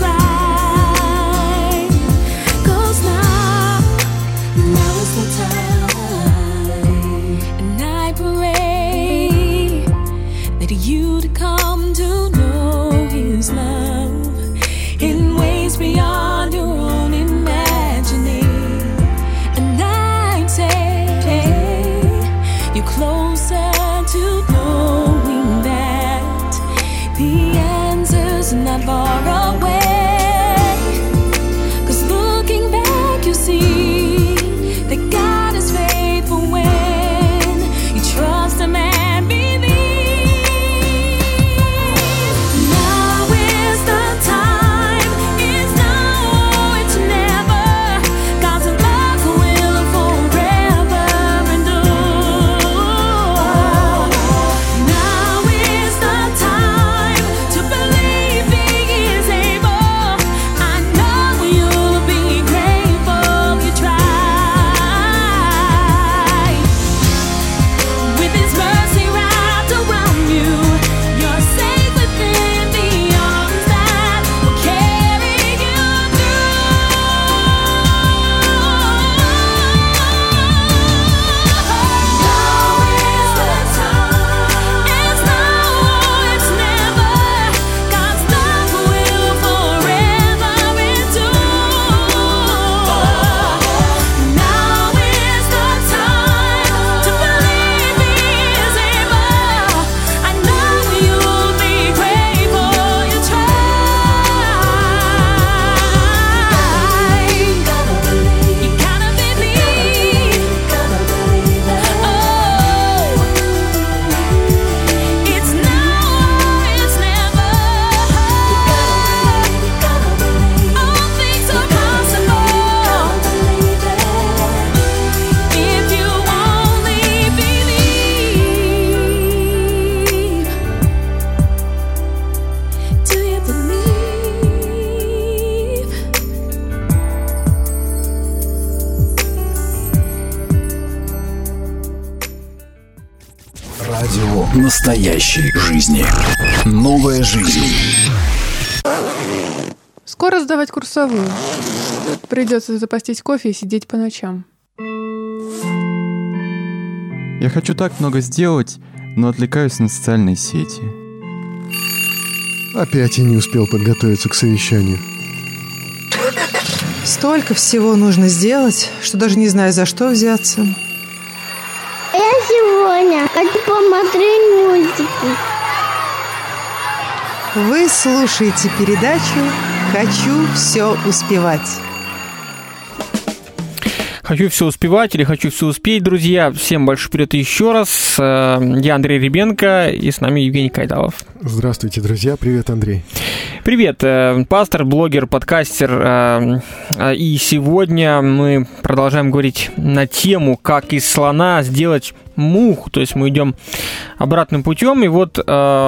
настоящей жизни. Новая жизнь. Скоро сдавать курсовую. Придется запастись кофе и сидеть по ночам. Я хочу так много сделать, но отвлекаюсь на социальные сети. Опять я не успел подготовиться к совещанию. Столько всего нужно сделать, что даже не знаю, за что взяться. Я сегодня хочу посмотреть мультики. Вы слушаете передачу «Хочу все успевать». Хочу все успевать или хочу все успеть, друзья. Всем большой привет еще раз. Я Андрей Ребенко, и с нами Евгений Кайдалов. Здравствуйте, друзья. Привет, Андрей. Привет, пастор, блогер, подкастер. И сегодня мы продолжаем говорить на тему, как из слона сделать муху. То есть мы идем обратным путем. И вот э,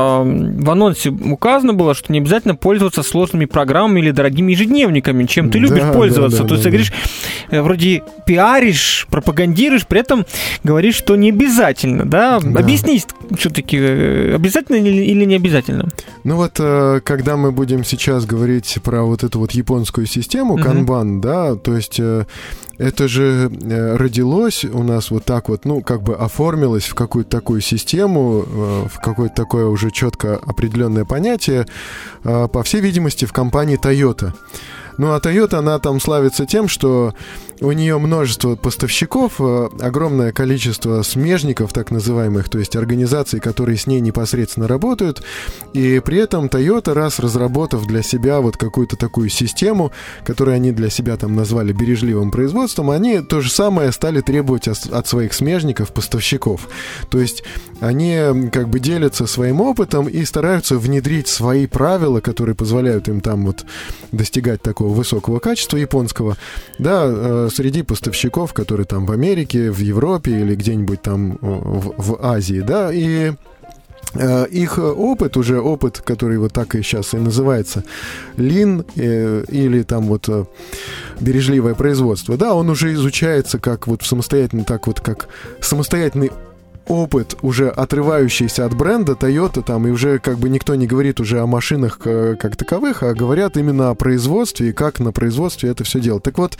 в анонсе указано было, что не обязательно пользоваться сложными программами или дорогими ежедневниками, чем ты любишь да, пользоваться. Да, да, То есть да, ты говоришь, да. вроде пиаришь, пропагандируешь, при этом говоришь, что не обязательно. Да? Да. Объясни все-таки, обязательно или не обязательно? Ну вот, когда мы будем сейчас говорить про вот эту вот японскую систему, канбан, uh-huh. да, то есть... Это же родилось у нас вот так вот, ну, как бы оформилось в какую-то такую систему, в какое-то такое уже четко определенное понятие, по всей видимости, в компании Toyota. Ну, а Toyota, она там славится тем, что у нее множество поставщиков, огромное количество смежников, так называемых, то есть организаций, которые с ней непосредственно работают, и при этом Toyota, раз разработав для себя вот какую-то такую систему, которую они для себя там назвали бережливым производством, они то же самое стали требовать от своих смежников, поставщиков. То есть они как бы делятся своим опытом и стараются внедрить свои правила, которые позволяют им там вот достигать такого высокого качества японского, да, среди поставщиков, которые там в Америке, в Европе или где-нибудь там в, в Азии, да, и э, их опыт, уже опыт, который вот так и сейчас и называется Lean э, или там вот э, бережливое производство, да, он уже изучается как вот самостоятельно, так вот как самостоятельный опыт, уже отрывающийся от бренда Toyota, там, и уже как бы никто не говорит уже о машинах как таковых, а говорят именно о производстве и как на производстве это все делать. Так вот,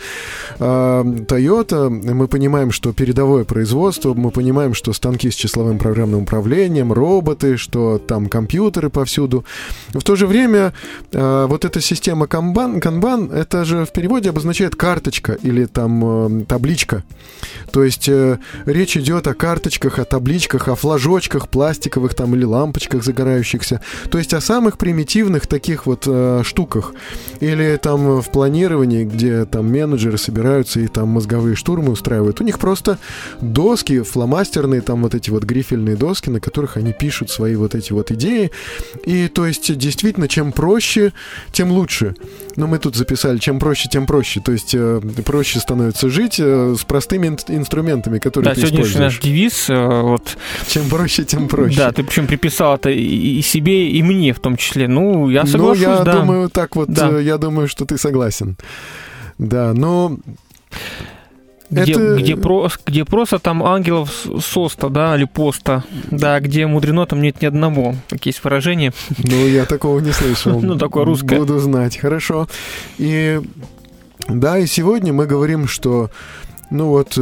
Toyota, мы понимаем, что передовое производство, мы понимаем, что станки с числовым программным управлением, роботы, что там компьютеры повсюду. В то же время вот эта система Kanban, Kanban, это же в переводе обозначает карточка или там табличка. То есть речь идет о карточках, о табличках, о флажочках пластиковых там или лампочках загорающихся. То есть о самых примитивных таких вот э, штуках. Или там в планировании, где там менеджеры собираются и там мозговые штурмы устраивают. У них просто доски фломастерные, там вот эти вот грифельные доски, на которых они пишут свои вот эти вот идеи. И то есть действительно, чем проще, тем лучше. Но мы тут записали, чем проще, тем проще. То есть э, проще становится жить э, с простыми ин- инструментами, которые да, ты используешь. Да, сегодняшний наш девиз э, вот. Чем проще, тем проще. Да, ты причем приписал это и себе, и мне в том числе. Ну, я соглашусь, ну, я да. думаю, так вот, да. я думаю, что ты согласен. Да, но... Где, это... где, про, где просто там ангелов соста, да, или поста, да, где мудрено, там нет ни одного. Такие есть выражения. Ну, я такого не слышал. Ну, такое русское. Буду знать, хорошо. И да, и сегодня мы говорим, что, ну вот...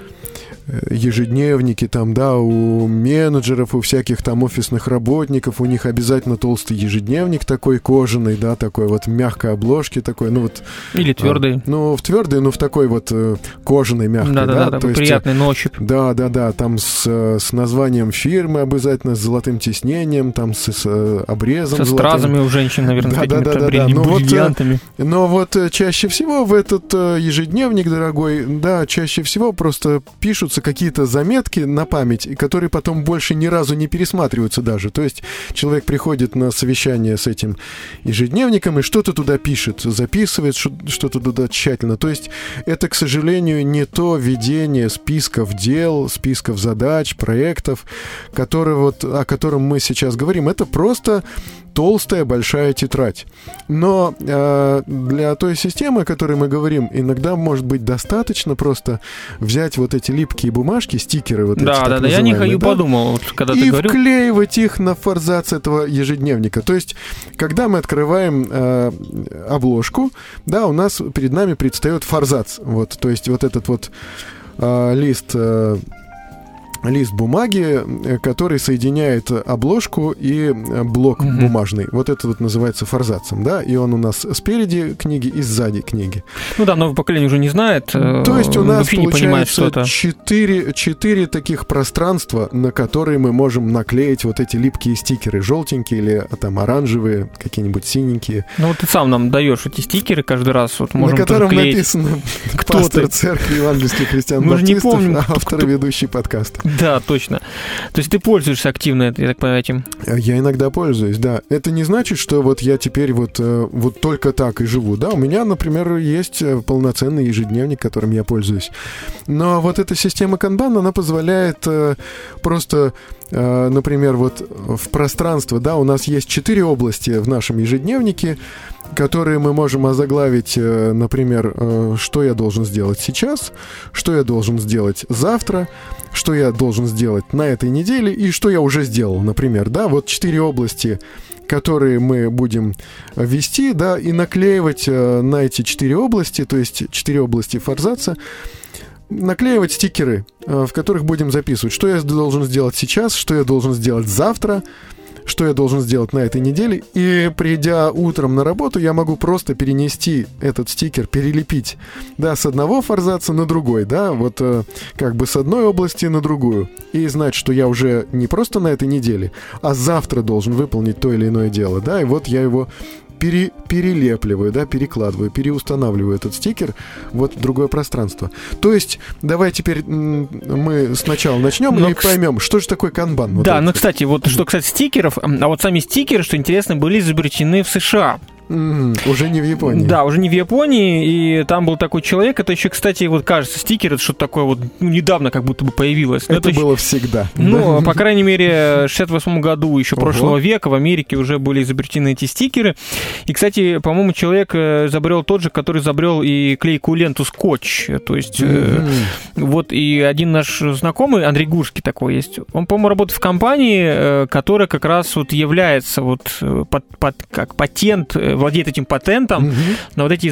ежедневники там, да, у менеджеров, у всяких там офисных работников, у них обязательно толстый ежедневник такой кожаный, да, такой вот в мягкой обложке такой, ну вот... Или твердый. А, ну, в твердый, ну, в такой вот э, кожаной, мягкой, да, да, да, такой приятный на ощупь. Да, да, да, там с, с названием фирмы обязательно, с золотым тиснением, там с, с обрезом со золотым. стразами у женщин, наверное, да, какими-то да, да, брилли- да, да. бриллиантами. Вот, но вот чаще всего в этот ежедневник, дорогой, да, чаще всего просто пишутся какие-то заметки на память, которые потом больше ни разу не пересматриваются даже. То есть человек приходит на совещание с этим ежедневником и что-то туда пишет, записывает что-то туда тщательно. То есть это, к сожалению, не то ведение списков дел, списков задач, проектов, которые вот, о котором мы сейчас говорим. Это просто толстая большая тетрадь. Но э, для той системы, о которой мы говорим, иногда может быть достаточно просто взять вот эти липкие бумажки, стикеры вот да, эти. Да, да, я не да, подумал, вот, когда и ты говорил. И вклеивать их на форзац этого ежедневника. То есть, когда мы открываем э, обложку, да, у нас перед нами предстает форзац. Вот, то есть, вот этот вот э, лист... Э, лист бумаги, который соединяет обложку и блок mm-hmm. бумажный. Вот это вот называется форзацем, да, и он у нас спереди книги и сзади книги. Ну да, новое поколение уже не знает. То есть у нас не получается четыре, четыре таких пространства, на которые мы можем наклеить вот эти липкие стикеры, желтенькие или там оранжевые, какие-нибудь синенькие. Ну вот ты сам нам даешь эти стикеры каждый раз, вот можем на котором клеить. Написано пастор церкви евангельских христиан-баптистов, автор и ведущий подкаста. Да, точно. То есть ты пользуешься активно, я так понимаю, этим? Я иногда пользуюсь, да. Это не значит, что вот я теперь вот, вот только так и живу. Да, у меня, например, есть полноценный ежедневник, которым я пользуюсь. Но вот эта система Kanban, она позволяет просто... Например, вот в пространство, да, у нас есть четыре области в нашем ежедневнике, которые мы можем озаглавить, например, что я должен сделать сейчас, что я должен сделать завтра, что я должен сделать на этой неделе и что я уже сделал, например, да, вот четыре области, которые мы будем ввести, да, и наклеивать на эти четыре области, то есть четыре области форзаца, наклеивать стикеры, в которых будем записывать, что я должен сделать сейчас, что я должен сделать завтра, что я должен сделать на этой неделе. И придя утром на работу, я могу просто перенести этот стикер, перелепить, да, с одного форзаца на другой, да, вот как бы с одной области на другую. И знать, что я уже не просто на этой неделе, а завтра должен выполнить то или иное дело, да, и вот я его... Пере, перелепливаю, да, перекладываю, переустанавливаю этот стикер вот в другое пространство. То есть, давай теперь мы сначала начнем но, и поймем, что же такое канбан. Вот да, это. Ну, кстати, вот что касается стикеров, а вот сами стикеры, что интересно, были изобретены в США. Mm, уже не в Японии. Да, уже не в Японии, и там был такой человек, это еще, кстати, вот кажется, стикер, это что-то такое вот ну, недавно как будто бы появилось. Это, это было еще... всегда. Ну, да? По крайней мере, в шестьдесят восьмом году еще Ого. прошлого века в Америке уже были изобретены эти стикеры. И, кстати, по-моему, человек изобрел тот же, который изобрел и клейкую ленту скотч. То есть, mm-hmm. э, вот и один наш знакомый, Андрей Гурский такой есть, он, по-моему, работает в компании, которая как раз вот является вот под, под, как патент, владеет этим патентом, угу. на вот эти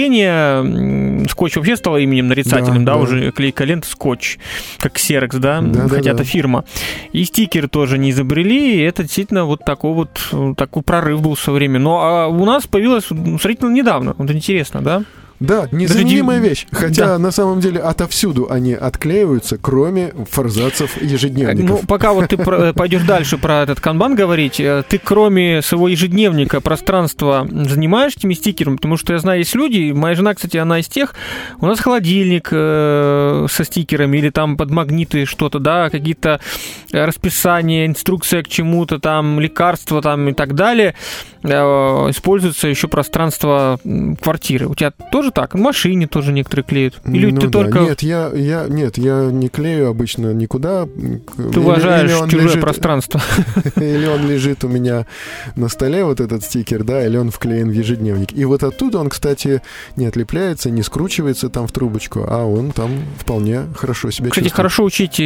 изобретения. Скотч вообще стал именем нарицательным, да, да, да. уже клейкая лента скотч, как Xerox, да, да хотя да, это да. фирма. И стикеры тоже не изобрели, и это действительно вот такой вот такой прорыв был в свое время. Но а у нас появилось сравнительно недавно. Вот интересно, да? Да, незаменимая вещь. Хотя да. на самом деле отовсюду они отклеиваются, кроме форзацев ежедневников. Ну, пока вот ты пойдешь дальше про этот канбан говорить, ты кроме своего ежедневника пространства занимаешь этими стикерами? Потому что я знаю, есть люди, моя жена, кстати, она из тех, у нас холодильник э, со стикерами или там под магниты что-то, да, какие-то расписания, инструкция к чему-то, там лекарства там и так далее. Э, используется еще пространство квартиры. У тебя тоже так? В машине тоже некоторые клеют? Или ну, ты да. только... Нет, я, я, нет, я не клею обычно никуда. Ты уважаешь или, или чужое лежит... пространство. Или он лежит у меня на столе, вот этот стикер, да, или он вклеен в ежедневник. И вот оттуда он, кстати, не отлепляется, не скручивается там в трубочку, а он там вполне хорошо себя кстати, чувствует. Кстати, хорошо учить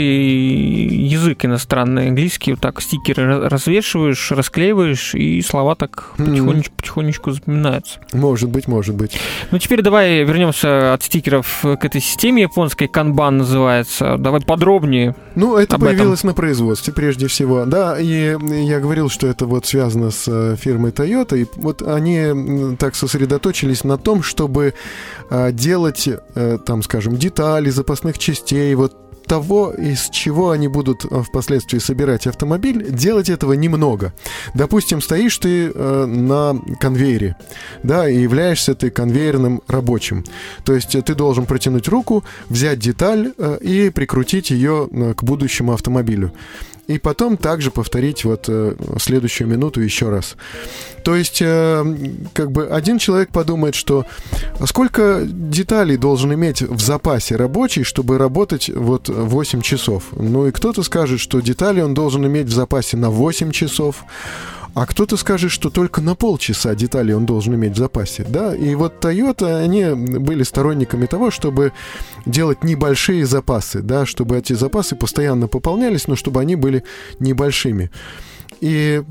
язык иностранный, английский, вот так стикеры развешиваешь, расклеиваешь, и слова так потихонечку, потихонечку запоминаются. Может быть, может быть. Ну, теперь давай вернемся от стикеров к этой системе японской, канбан называется. Давай подробнее. Ну, это об появилось этом. на производстве прежде всего. Да, и я говорил, что это вот связано с фирмой Toyota. И вот они так сосредоточились на том, чтобы делать, там, скажем, детали запасных частей, вот того, из чего они будут впоследствии собирать автомобиль, делать этого немного. Допустим, стоишь ты э, на конвейере, да, и являешься ты конвейерным рабочим. То есть ты должен протянуть руку, взять деталь э, и прикрутить ее э, к будущему автомобилю. И потом также повторить вот э, следующую минуту еще раз. То есть, э, как бы один человек подумает, что сколько деталей должен иметь в запасе рабочий, чтобы работать вот восемь часов. Ну и кто-то скажет, что детали он должен иметь в запасе на восемь часов. А кто-то скажет, что только на полчаса деталей он должен иметь в запасе, да? И вот Toyota, они были сторонниками того, чтобы делать небольшие запасы, да, чтобы эти запасы постоянно пополнялись, но чтобы они были небольшими. И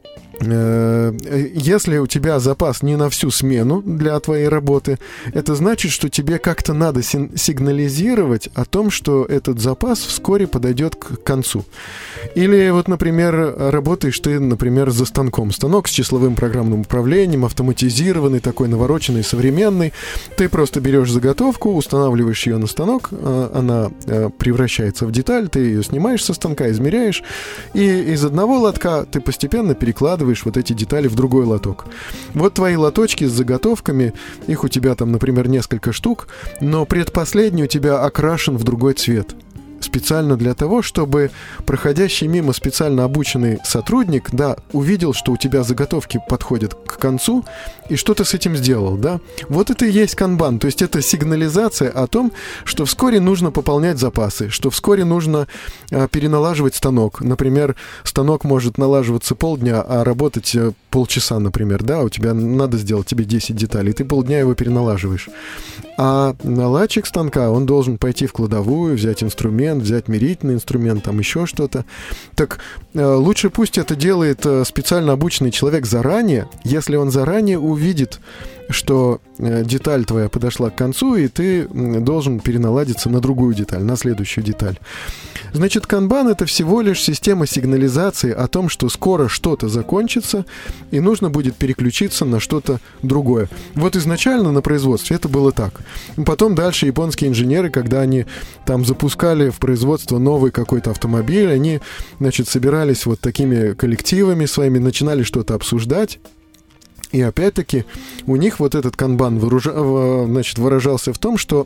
если у тебя запас не на всю смену для твоей работы, это значит, что тебе как-то надо сигнализировать о том, что этот запас вскоре подойдет к концу. Или вот, например, работаешь ты, например, за станком. Станок с числовым программным управлением, автоматизированный, такой навороченный, современный. Ты просто берешь заготовку, устанавливаешь ее на станок, она превращается в деталь, ты ее снимаешь со станка, измеряешь, и из одного лотка ты постепенно перекладываешь вот эти детали в другой лоток. Вот твои лоточки с заготовками, их у тебя там, например, несколько штук, но предпоследний у тебя окрашен в другой цвет. Специально для того, чтобы проходящий мимо специально обученный сотрудник, да, увидел, что у тебя заготовки подходят к концу, и что ты с этим сделал, да. Вот это и есть канбан, то есть это сигнализация о том, что вскоре нужно пополнять запасы, что вскоре нужно а, переналаживать станок. Например, станок может налаживаться полдня, а работать полчаса, например, да, у тебя надо сделать тебе десять деталей, ты полдня его переналаживаешь. А наладчик станка, он должен пойти в кладовую, взять инструмент, взять мерительный инструмент, там еще что-то. Так э, лучше пусть это делает э, специально обученный человек заранее, если он заранее увидит, что э, деталь твоя подошла к концу, и ты э, должен переналадиться на другую деталь, на следующую деталь. Значит, канбан — это всего лишь система сигнализации о том, что скоро что-то закончится, и нужно будет переключиться на что-то другое. Вот изначально на производстве это было так. Потом дальше японские инженеры, когда они там запускали в производство новый какой-то автомобиль, они, значит, собирались вот такими коллективами своими, начинали что-то обсуждать. И опять-таки у них вот этот канбан выража, значит, выражался в том, что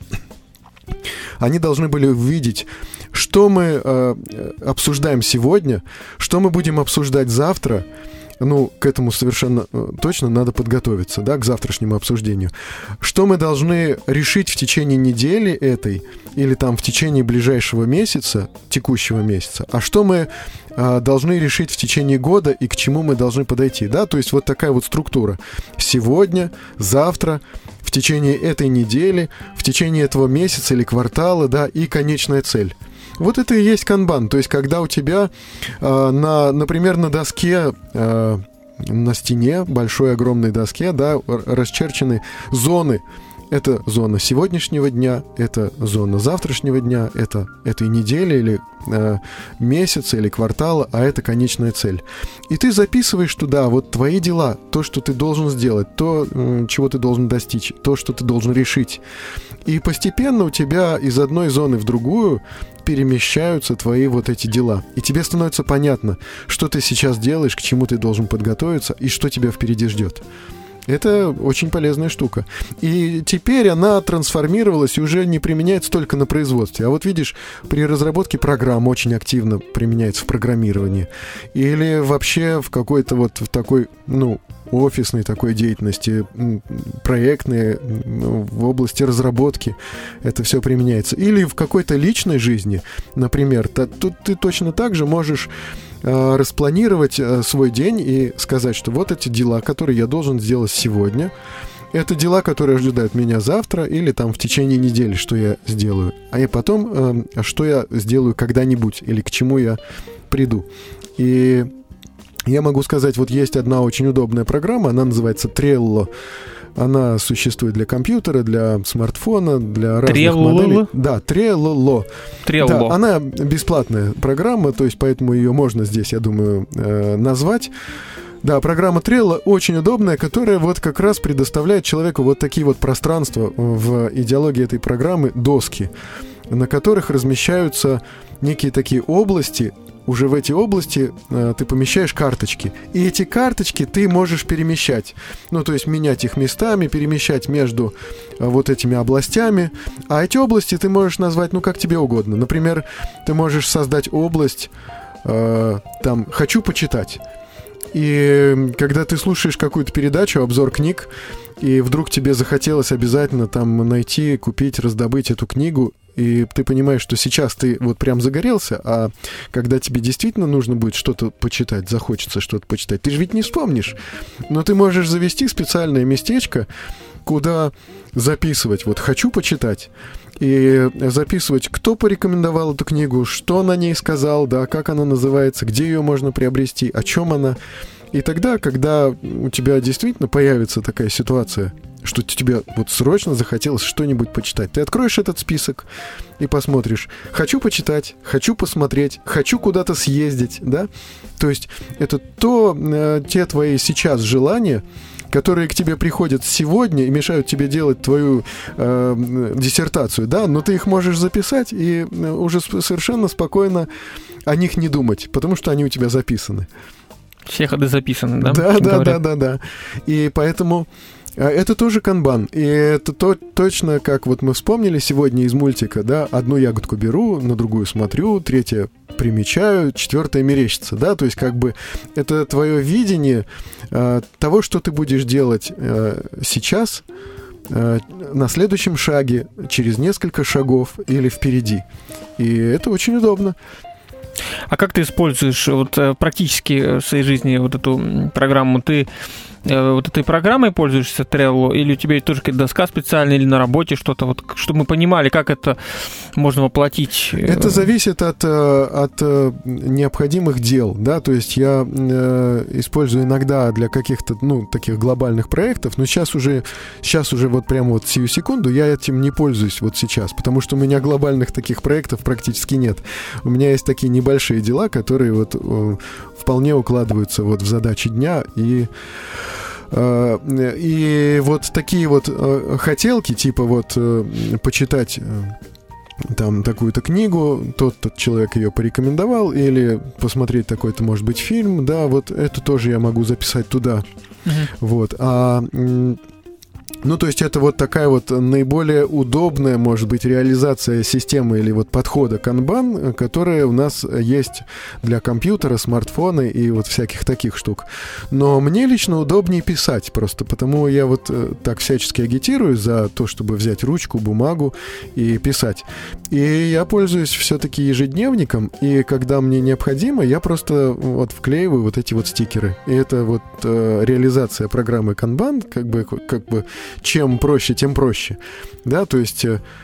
они должны были увидеть, что мы э, обсуждаем сегодня, что мы будем обсуждать завтра. Ну, к этому совершенно точно надо подготовиться, да, к завтрашнему обсуждению. Что мы должны решить в течение недели этой или там в течение ближайшего месяца, текущего месяца, а что мы а, должны решить в течение года и к чему мы должны подойти, да, то есть вот такая вот структура. Сегодня, завтра, в течение этой недели, в течение этого месяца или квартала, да, и конечная цель. Вот это и есть канбан, то есть когда у тебя, э, на, например, на доске, э, на стене, большой огромной доске, да, расчерчены зоны. Это зона сегодняшнего дня, это зона завтрашнего дня, это этой недели или э, месяца или квартала, а это конечная цель. И ты записываешь туда вот твои дела, то, что ты должен сделать, то, э, чего ты должен достичь, то, что ты должен решить. И постепенно у тебя из одной зоны в другую перемещаются твои вот эти дела. И тебе становится понятно, что ты сейчас делаешь, к чему ты должен подготовиться и что тебя впереди ждет. Это очень полезная штука. И теперь она трансформировалась и уже не применяется только на производстве. А вот видишь, при разработке программ очень активно применяется в программировании. Или вообще в какой-то вот в такой, ну, офисной такой деятельности, проектной, в области разработки это все применяется. Или в какой-то личной жизни, например, то, тут ты точно так же можешь э, распланировать э, свой день и сказать, что вот эти дела, которые я должен сделать сегодня, это дела, которые ожидают меня завтра или там в течение недели, что я сделаю, а и потом, э, что я сделаю когда-нибудь или к чему я приду. И я могу сказать, вот есть одна очень удобная программа, она называется Trello. Она существует для компьютера, для смартфона, для разных Trello? моделей. Да, Trello. Trello. Да, она бесплатная программа, то есть поэтому ее можно здесь, я думаю, э, назвать. Да, программа Trello очень удобная, которая вот как раз предоставляет человеку вот такие вот пространства в идеологии этой программы, доски, на которых размещаются некие такие области. Уже в эти области э, ты помещаешь карточки. И эти карточки ты можешь перемещать. Ну, то есть менять их местами, перемещать между э, вот этими областями. А эти области ты можешь назвать, ну, как тебе угодно. Например, ты можешь создать область, э, там, «Хочу почитать». И когда ты слушаешь какую-то передачу, обзор книг, и вдруг тебе захотелось обязательно там найти, купить, раздобыть эту книгу, и ты понимаешь, что сейчас ты вот прям загорелся, а когда тебе действительно нужно будет что-то почитать, захочется что-то почитать, ты же ведь не вспомнишь. Но ты можешь завести специальное местечко, куда записывать. Вот «хочу почитать». И записывать, кто порекомендовал эту книгу, что он о ней сказал, да, как она называется, где ее можно приобрести, о чем она. И тогда, когда у тебя действительно появится такая ситуация, что тебе вот срочно захотелось что-нибудь почитать, ты откроешь этот список и посмотришь. Хочу почитать, хочу посмотреть, хочу куда-то съездить, да. То есть это то, э, те твои сейчас желания, которые к тебе приходят сегодня и мешают тебе делать твою э, диссертацию, да, но ты их можешь записать и уже совершенно спокойно о них не думать, потому что они у тебя записаны. Все ходы записаны, да? Да, да, да, да, да. И поэтому это тоже канбан. И это то, точно, как вот мы вспомнили сегодня из мультика, да, одну ягодку беру, на другую смотрю, третья примечаю, четвертая мерещится, да, то есть как бы это твое видение э, того, что ты будешь делать э, сейчас, э, на следующем шаге, через несколько шагов или впереди. И это очень удобно. А как ты используешь вот практически в своей жизни вот эту программу? Ты вот этой программой пользуешься, Trello, или у тебя тоже какая-то доска специальная, или на работе что-то, вот, чтобы мы понимали, как это можно воплотить? Это зависит от, от необходимых дел, да, то есть я использую иногда для каких-то, ну, таких глобальных проектов, но сейчас уже, сейчас уже вот прямо вот сию секунду я этим не пользуюсь вот сейчас, потому что у меня глобальных таких проектов практически нет. У меня есть такие небольшие дела, которые вот вполне укладываются вот в задачи дня, и И вот такие вот хотелки, типа вот почитать там такую-то книгу, тот-то человек ее порекомендовал, или посмотреть такой-то, может быть, фильм, да, вот это тоже я могу записать туда. Uh-huh. Вот, а... Ну, то есть это вот такая вот наиболее удобная, может быть, реализация системы или вот подхода канбан, которая у нас есть для компьютера, смартфона и вот всяких таких штук. Но мне лично удобнее писать просто, потому я вот так всячески агитирую за то, чтобы взять ручку, бумагу и писать. И я пользуюсь все-таки ежедневником, и когда мне необходимо, я просто вот вклеиваю вот эти вот стикеры. И это вот э, реализация программы канбан, как бы, как бы чем проще, тем проще. Да, то есть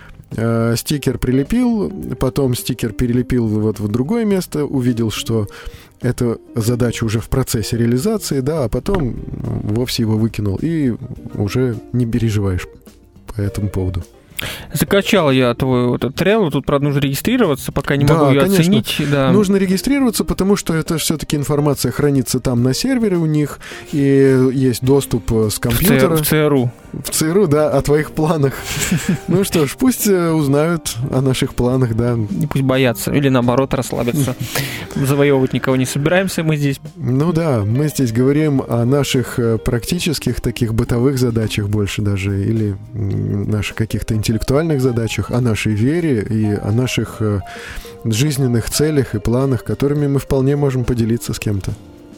э, стикер прилепил, потом стикер перелепил вот в другое место, увидел, что эта задача уже в процессе реализации, да, а потом вовсе его выкинул, и уже не переживаешь по этому поводу. Закачал я твой вот этот Trello, тут, правда, нужно регистрироваться, пока не могу да, ее конечно. оценить. Да. Нужно регистрироваться, потому что это все-таки информация хранится там на сервере у них, и есть доступ с компьютера. В ЦРУ. В ЦРУ, да, о твоих планах. Ну что ж, пусть узнают о наших планах, да. И пусть боятся, или наоборот расслабятся. Завоевывать никого не собираемся мы здесь. Ну да, мы здесь говорим о наших практических таких бытовых задачах больше даже, или наших каких-то интеллектуальных задачах, о нашей вере и о наших жизненных целях и планах, которыми мы вполне можем поделиться с кем-то.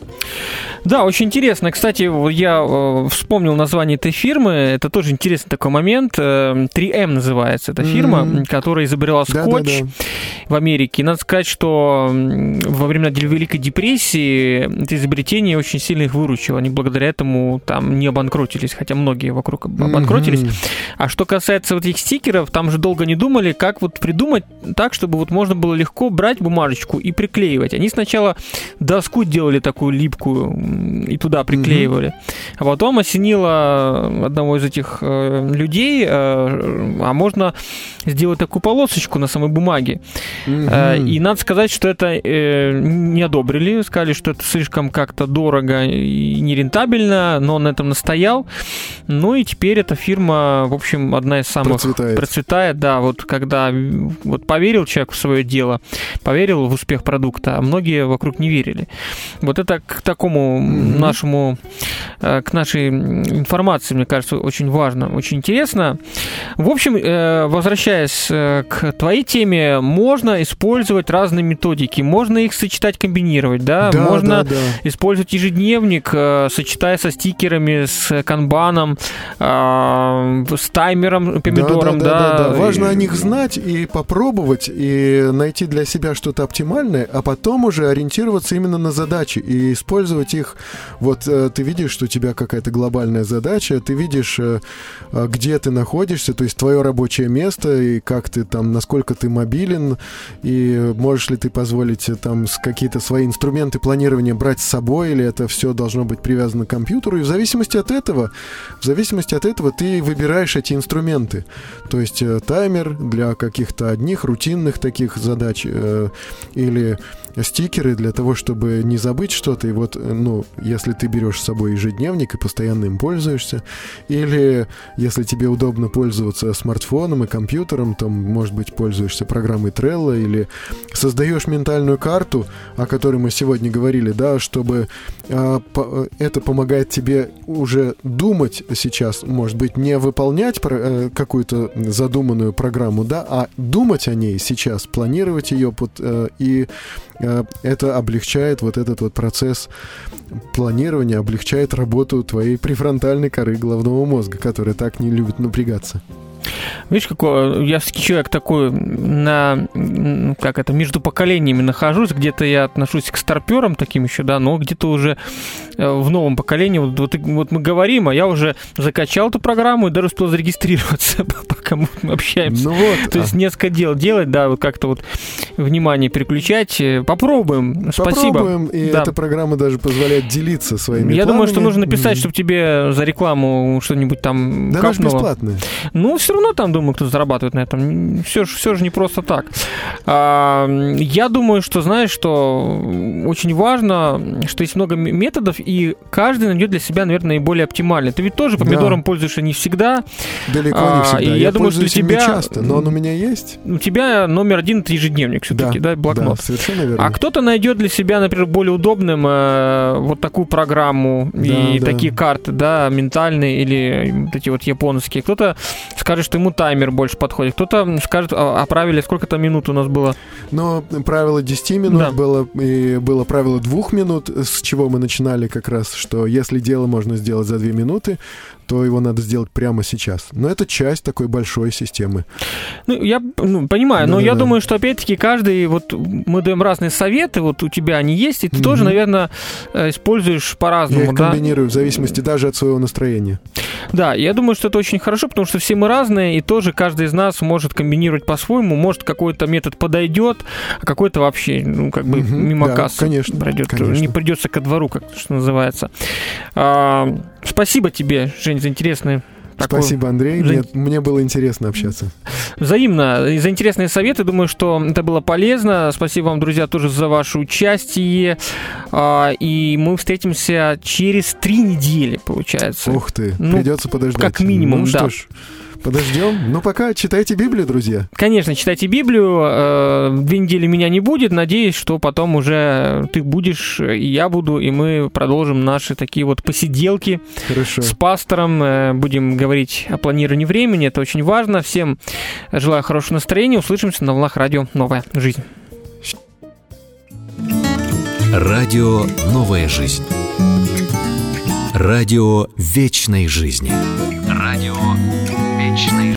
Да, очень интересно. Кстати, я э, вспомнил название этой фирмы. Это тоже интересный такой момент. три эм называется эта фирма, mm-hmm. которая изобрела скотч да, да, да. в Америке. И надо сказать, что во времена Великой депрессии это изобретение очень сильно их выручило. Они благодаря этому там не обанкротились, хотя многие вокруг обанкротились. Mm-hmm. А что касается вот этих стикеров, там же долго не думали, как вот придумать так, чтобы вот можно было легко брать бумажечку и приклеивать. Они сначала доску делали такую липкую и туда приклеивали. Mm-hmm. А потом осенило одного из этих э, людей, э, а можно сделать такую полосочку на самой бумаге. Mm-hmm. Э, и надо сказать, что это э, не одобрили, сказали, что это слишком как-то дорого и нерентабельно, но он на этом настоял. Ну и теперь эта фирма, в общем, одна из самых... Процветает. Процветает, да, вот когда вот поверил человек в свое дело, поверил в успех продукта, а многие вокруг не верили. Вот это к такому mm-hmm. нашему, к нашей информации, мне кажется, очень важно, очень интересно. В общем, возвращаясь к твоей теме, можно использовать разные методики, можно их сочетать, комбинировать, да, да можно да, да. использовать ежедневник, сочетая со стикерами, с канбаном, с таймером, помидором, да. да, да, да, да. Важно о них знать и попробовать, и найти для себя что-то оптимальное, а потом уже ориентироваться именно на задачи и использовать их. Вот ты видишь, что у тебя какая-то глобальная задача, ты видишь, где ты находишься, то есть твое рабочее место, и как ты там, насколько ты мобилен, и можешь ли ты позволить там какие-то свои инструменты планирования брать с собой, или это все должно быть привязано к компьютеру, и в зависимости от этого, в зависимости от этого ты выбираешь эти инструменты. То есть таймер для каких-то одних рутинных таких задач, э, или стикеры для того, чтобы не забыть что-то. И вот, ну, если ты берешь с собой ежедневник и постоянно им пользуешься, или если тебе удобно пользоваться смартфоном и компьютером, то, может быть, пользуешься программой Trello, или создаешь ментальную карту, о которой мы сегодня говорили, да, чтобы а, по, это помогает тебе уже думать сейчас, может быть, не выполнять про, а, какую-то задуманную программу, да, а думать о ней сейчас, планировать ее под, а, и это облегчает вот этот вот процесс планирования, облегчает работу твоей префронтальной коры головного мозга, которая так не любит напрягаться. Видишь, какой я человек такой, на, как это, между поколениями нахожусь, где-то я отношусь к старперам таким еще, да, но где-то уже в новом поколении, вот, вот, вот мы говорим, а я уже закачал эту программу и даже успел зарегистрироваться, пока мы общаемся. Ну вот, То есть а... несколько дел делать, да, вот как-то вот внимание переключать. Попробуем, спасибо. Попробуем, и да. эта программа даже позволяет делиться своими Я планами. думаю, что нужно написать, mm-hmm. чтобы тебе за рекламу что-нибудь там да капнуло. Да, бесплатное. Ну, все равно там, думаю, кто зарабатывает на этом. Все же, все же не просто так. А, я думаю, что, знаешь, что очень важно, что есть много методов, и каждый найдет для себя, наверное, наиболее оптимальный. Ты ведь тоже помидором да. пользуешься не всегда. Далеко не всегда. А, и я, я думаю, что для тебя... не часто, но он у меня есть. У тебя номер один — это ежедневник все-таки, да, да блокнот. Да, совершенно верно. А кто-то найдет для себя, например, более удобным э, вот такую программу да, и да. такие карты, да, ментальные или вот эти вот японские. Кто-то скажет, что ему таймер больше подходит. Кто-то скажет, а, а правило, сколько там минут у нас было? Ну, правило десять минут да. было, и было правило двух минут, с чего мы начинали как раз, что если дело можно сделать за две минуты, то его надо сделать прямо сейчас. Но это часть такой большой системы. Ну, я ну, понимаю, да, но да, я да. думаю, что, опять-таки, каждый, вот мы даем разные советы, вот у тебя они есть, и ты mm-hmm. тоже, наверное, используешь по-разному. Я их да? комбинирую в зависимости даже от своего настроения. Да, я думаю, что это очень хорошо, потому что все мы разные, и тоже каждый из нас может комбинировать по-своему, может, какой-то метод подойдет, а какой-то вообще, ну, как бы mm-hmm. мимо да, кассы конечно, пройдет, конечно. не придется ко двору, как что называется. А, спасибо тебе, Жень, за интересные... Спасибо, Андрей. За... Мне, мне было интересно общаться. Взаимно. И за интересные советы. Думаю, что это было полезно. Спасибо вам, друзья, тоже за ваше участие. И мы встретимся через три недели, получается. Ух ты, ну, придется подождать. Как минимум, ну, да. Что ж, подождем. Ну, пока читайте Библию, друзья. Конечно, читайте Библию. Две недели меня не будет. Надеюсь, что потом уже ты будешь, и я буду, и мы продолжим наши такие вот посиделки Хорошо. с пастором. Будем говорить о планировании времени. Это очень важно. Всем желаю хорошего настроения. Услышимся на волнах радио «Новая жизнь». Радио «Новая жизнь». Радио вечной жизни. Радио вечной жизни.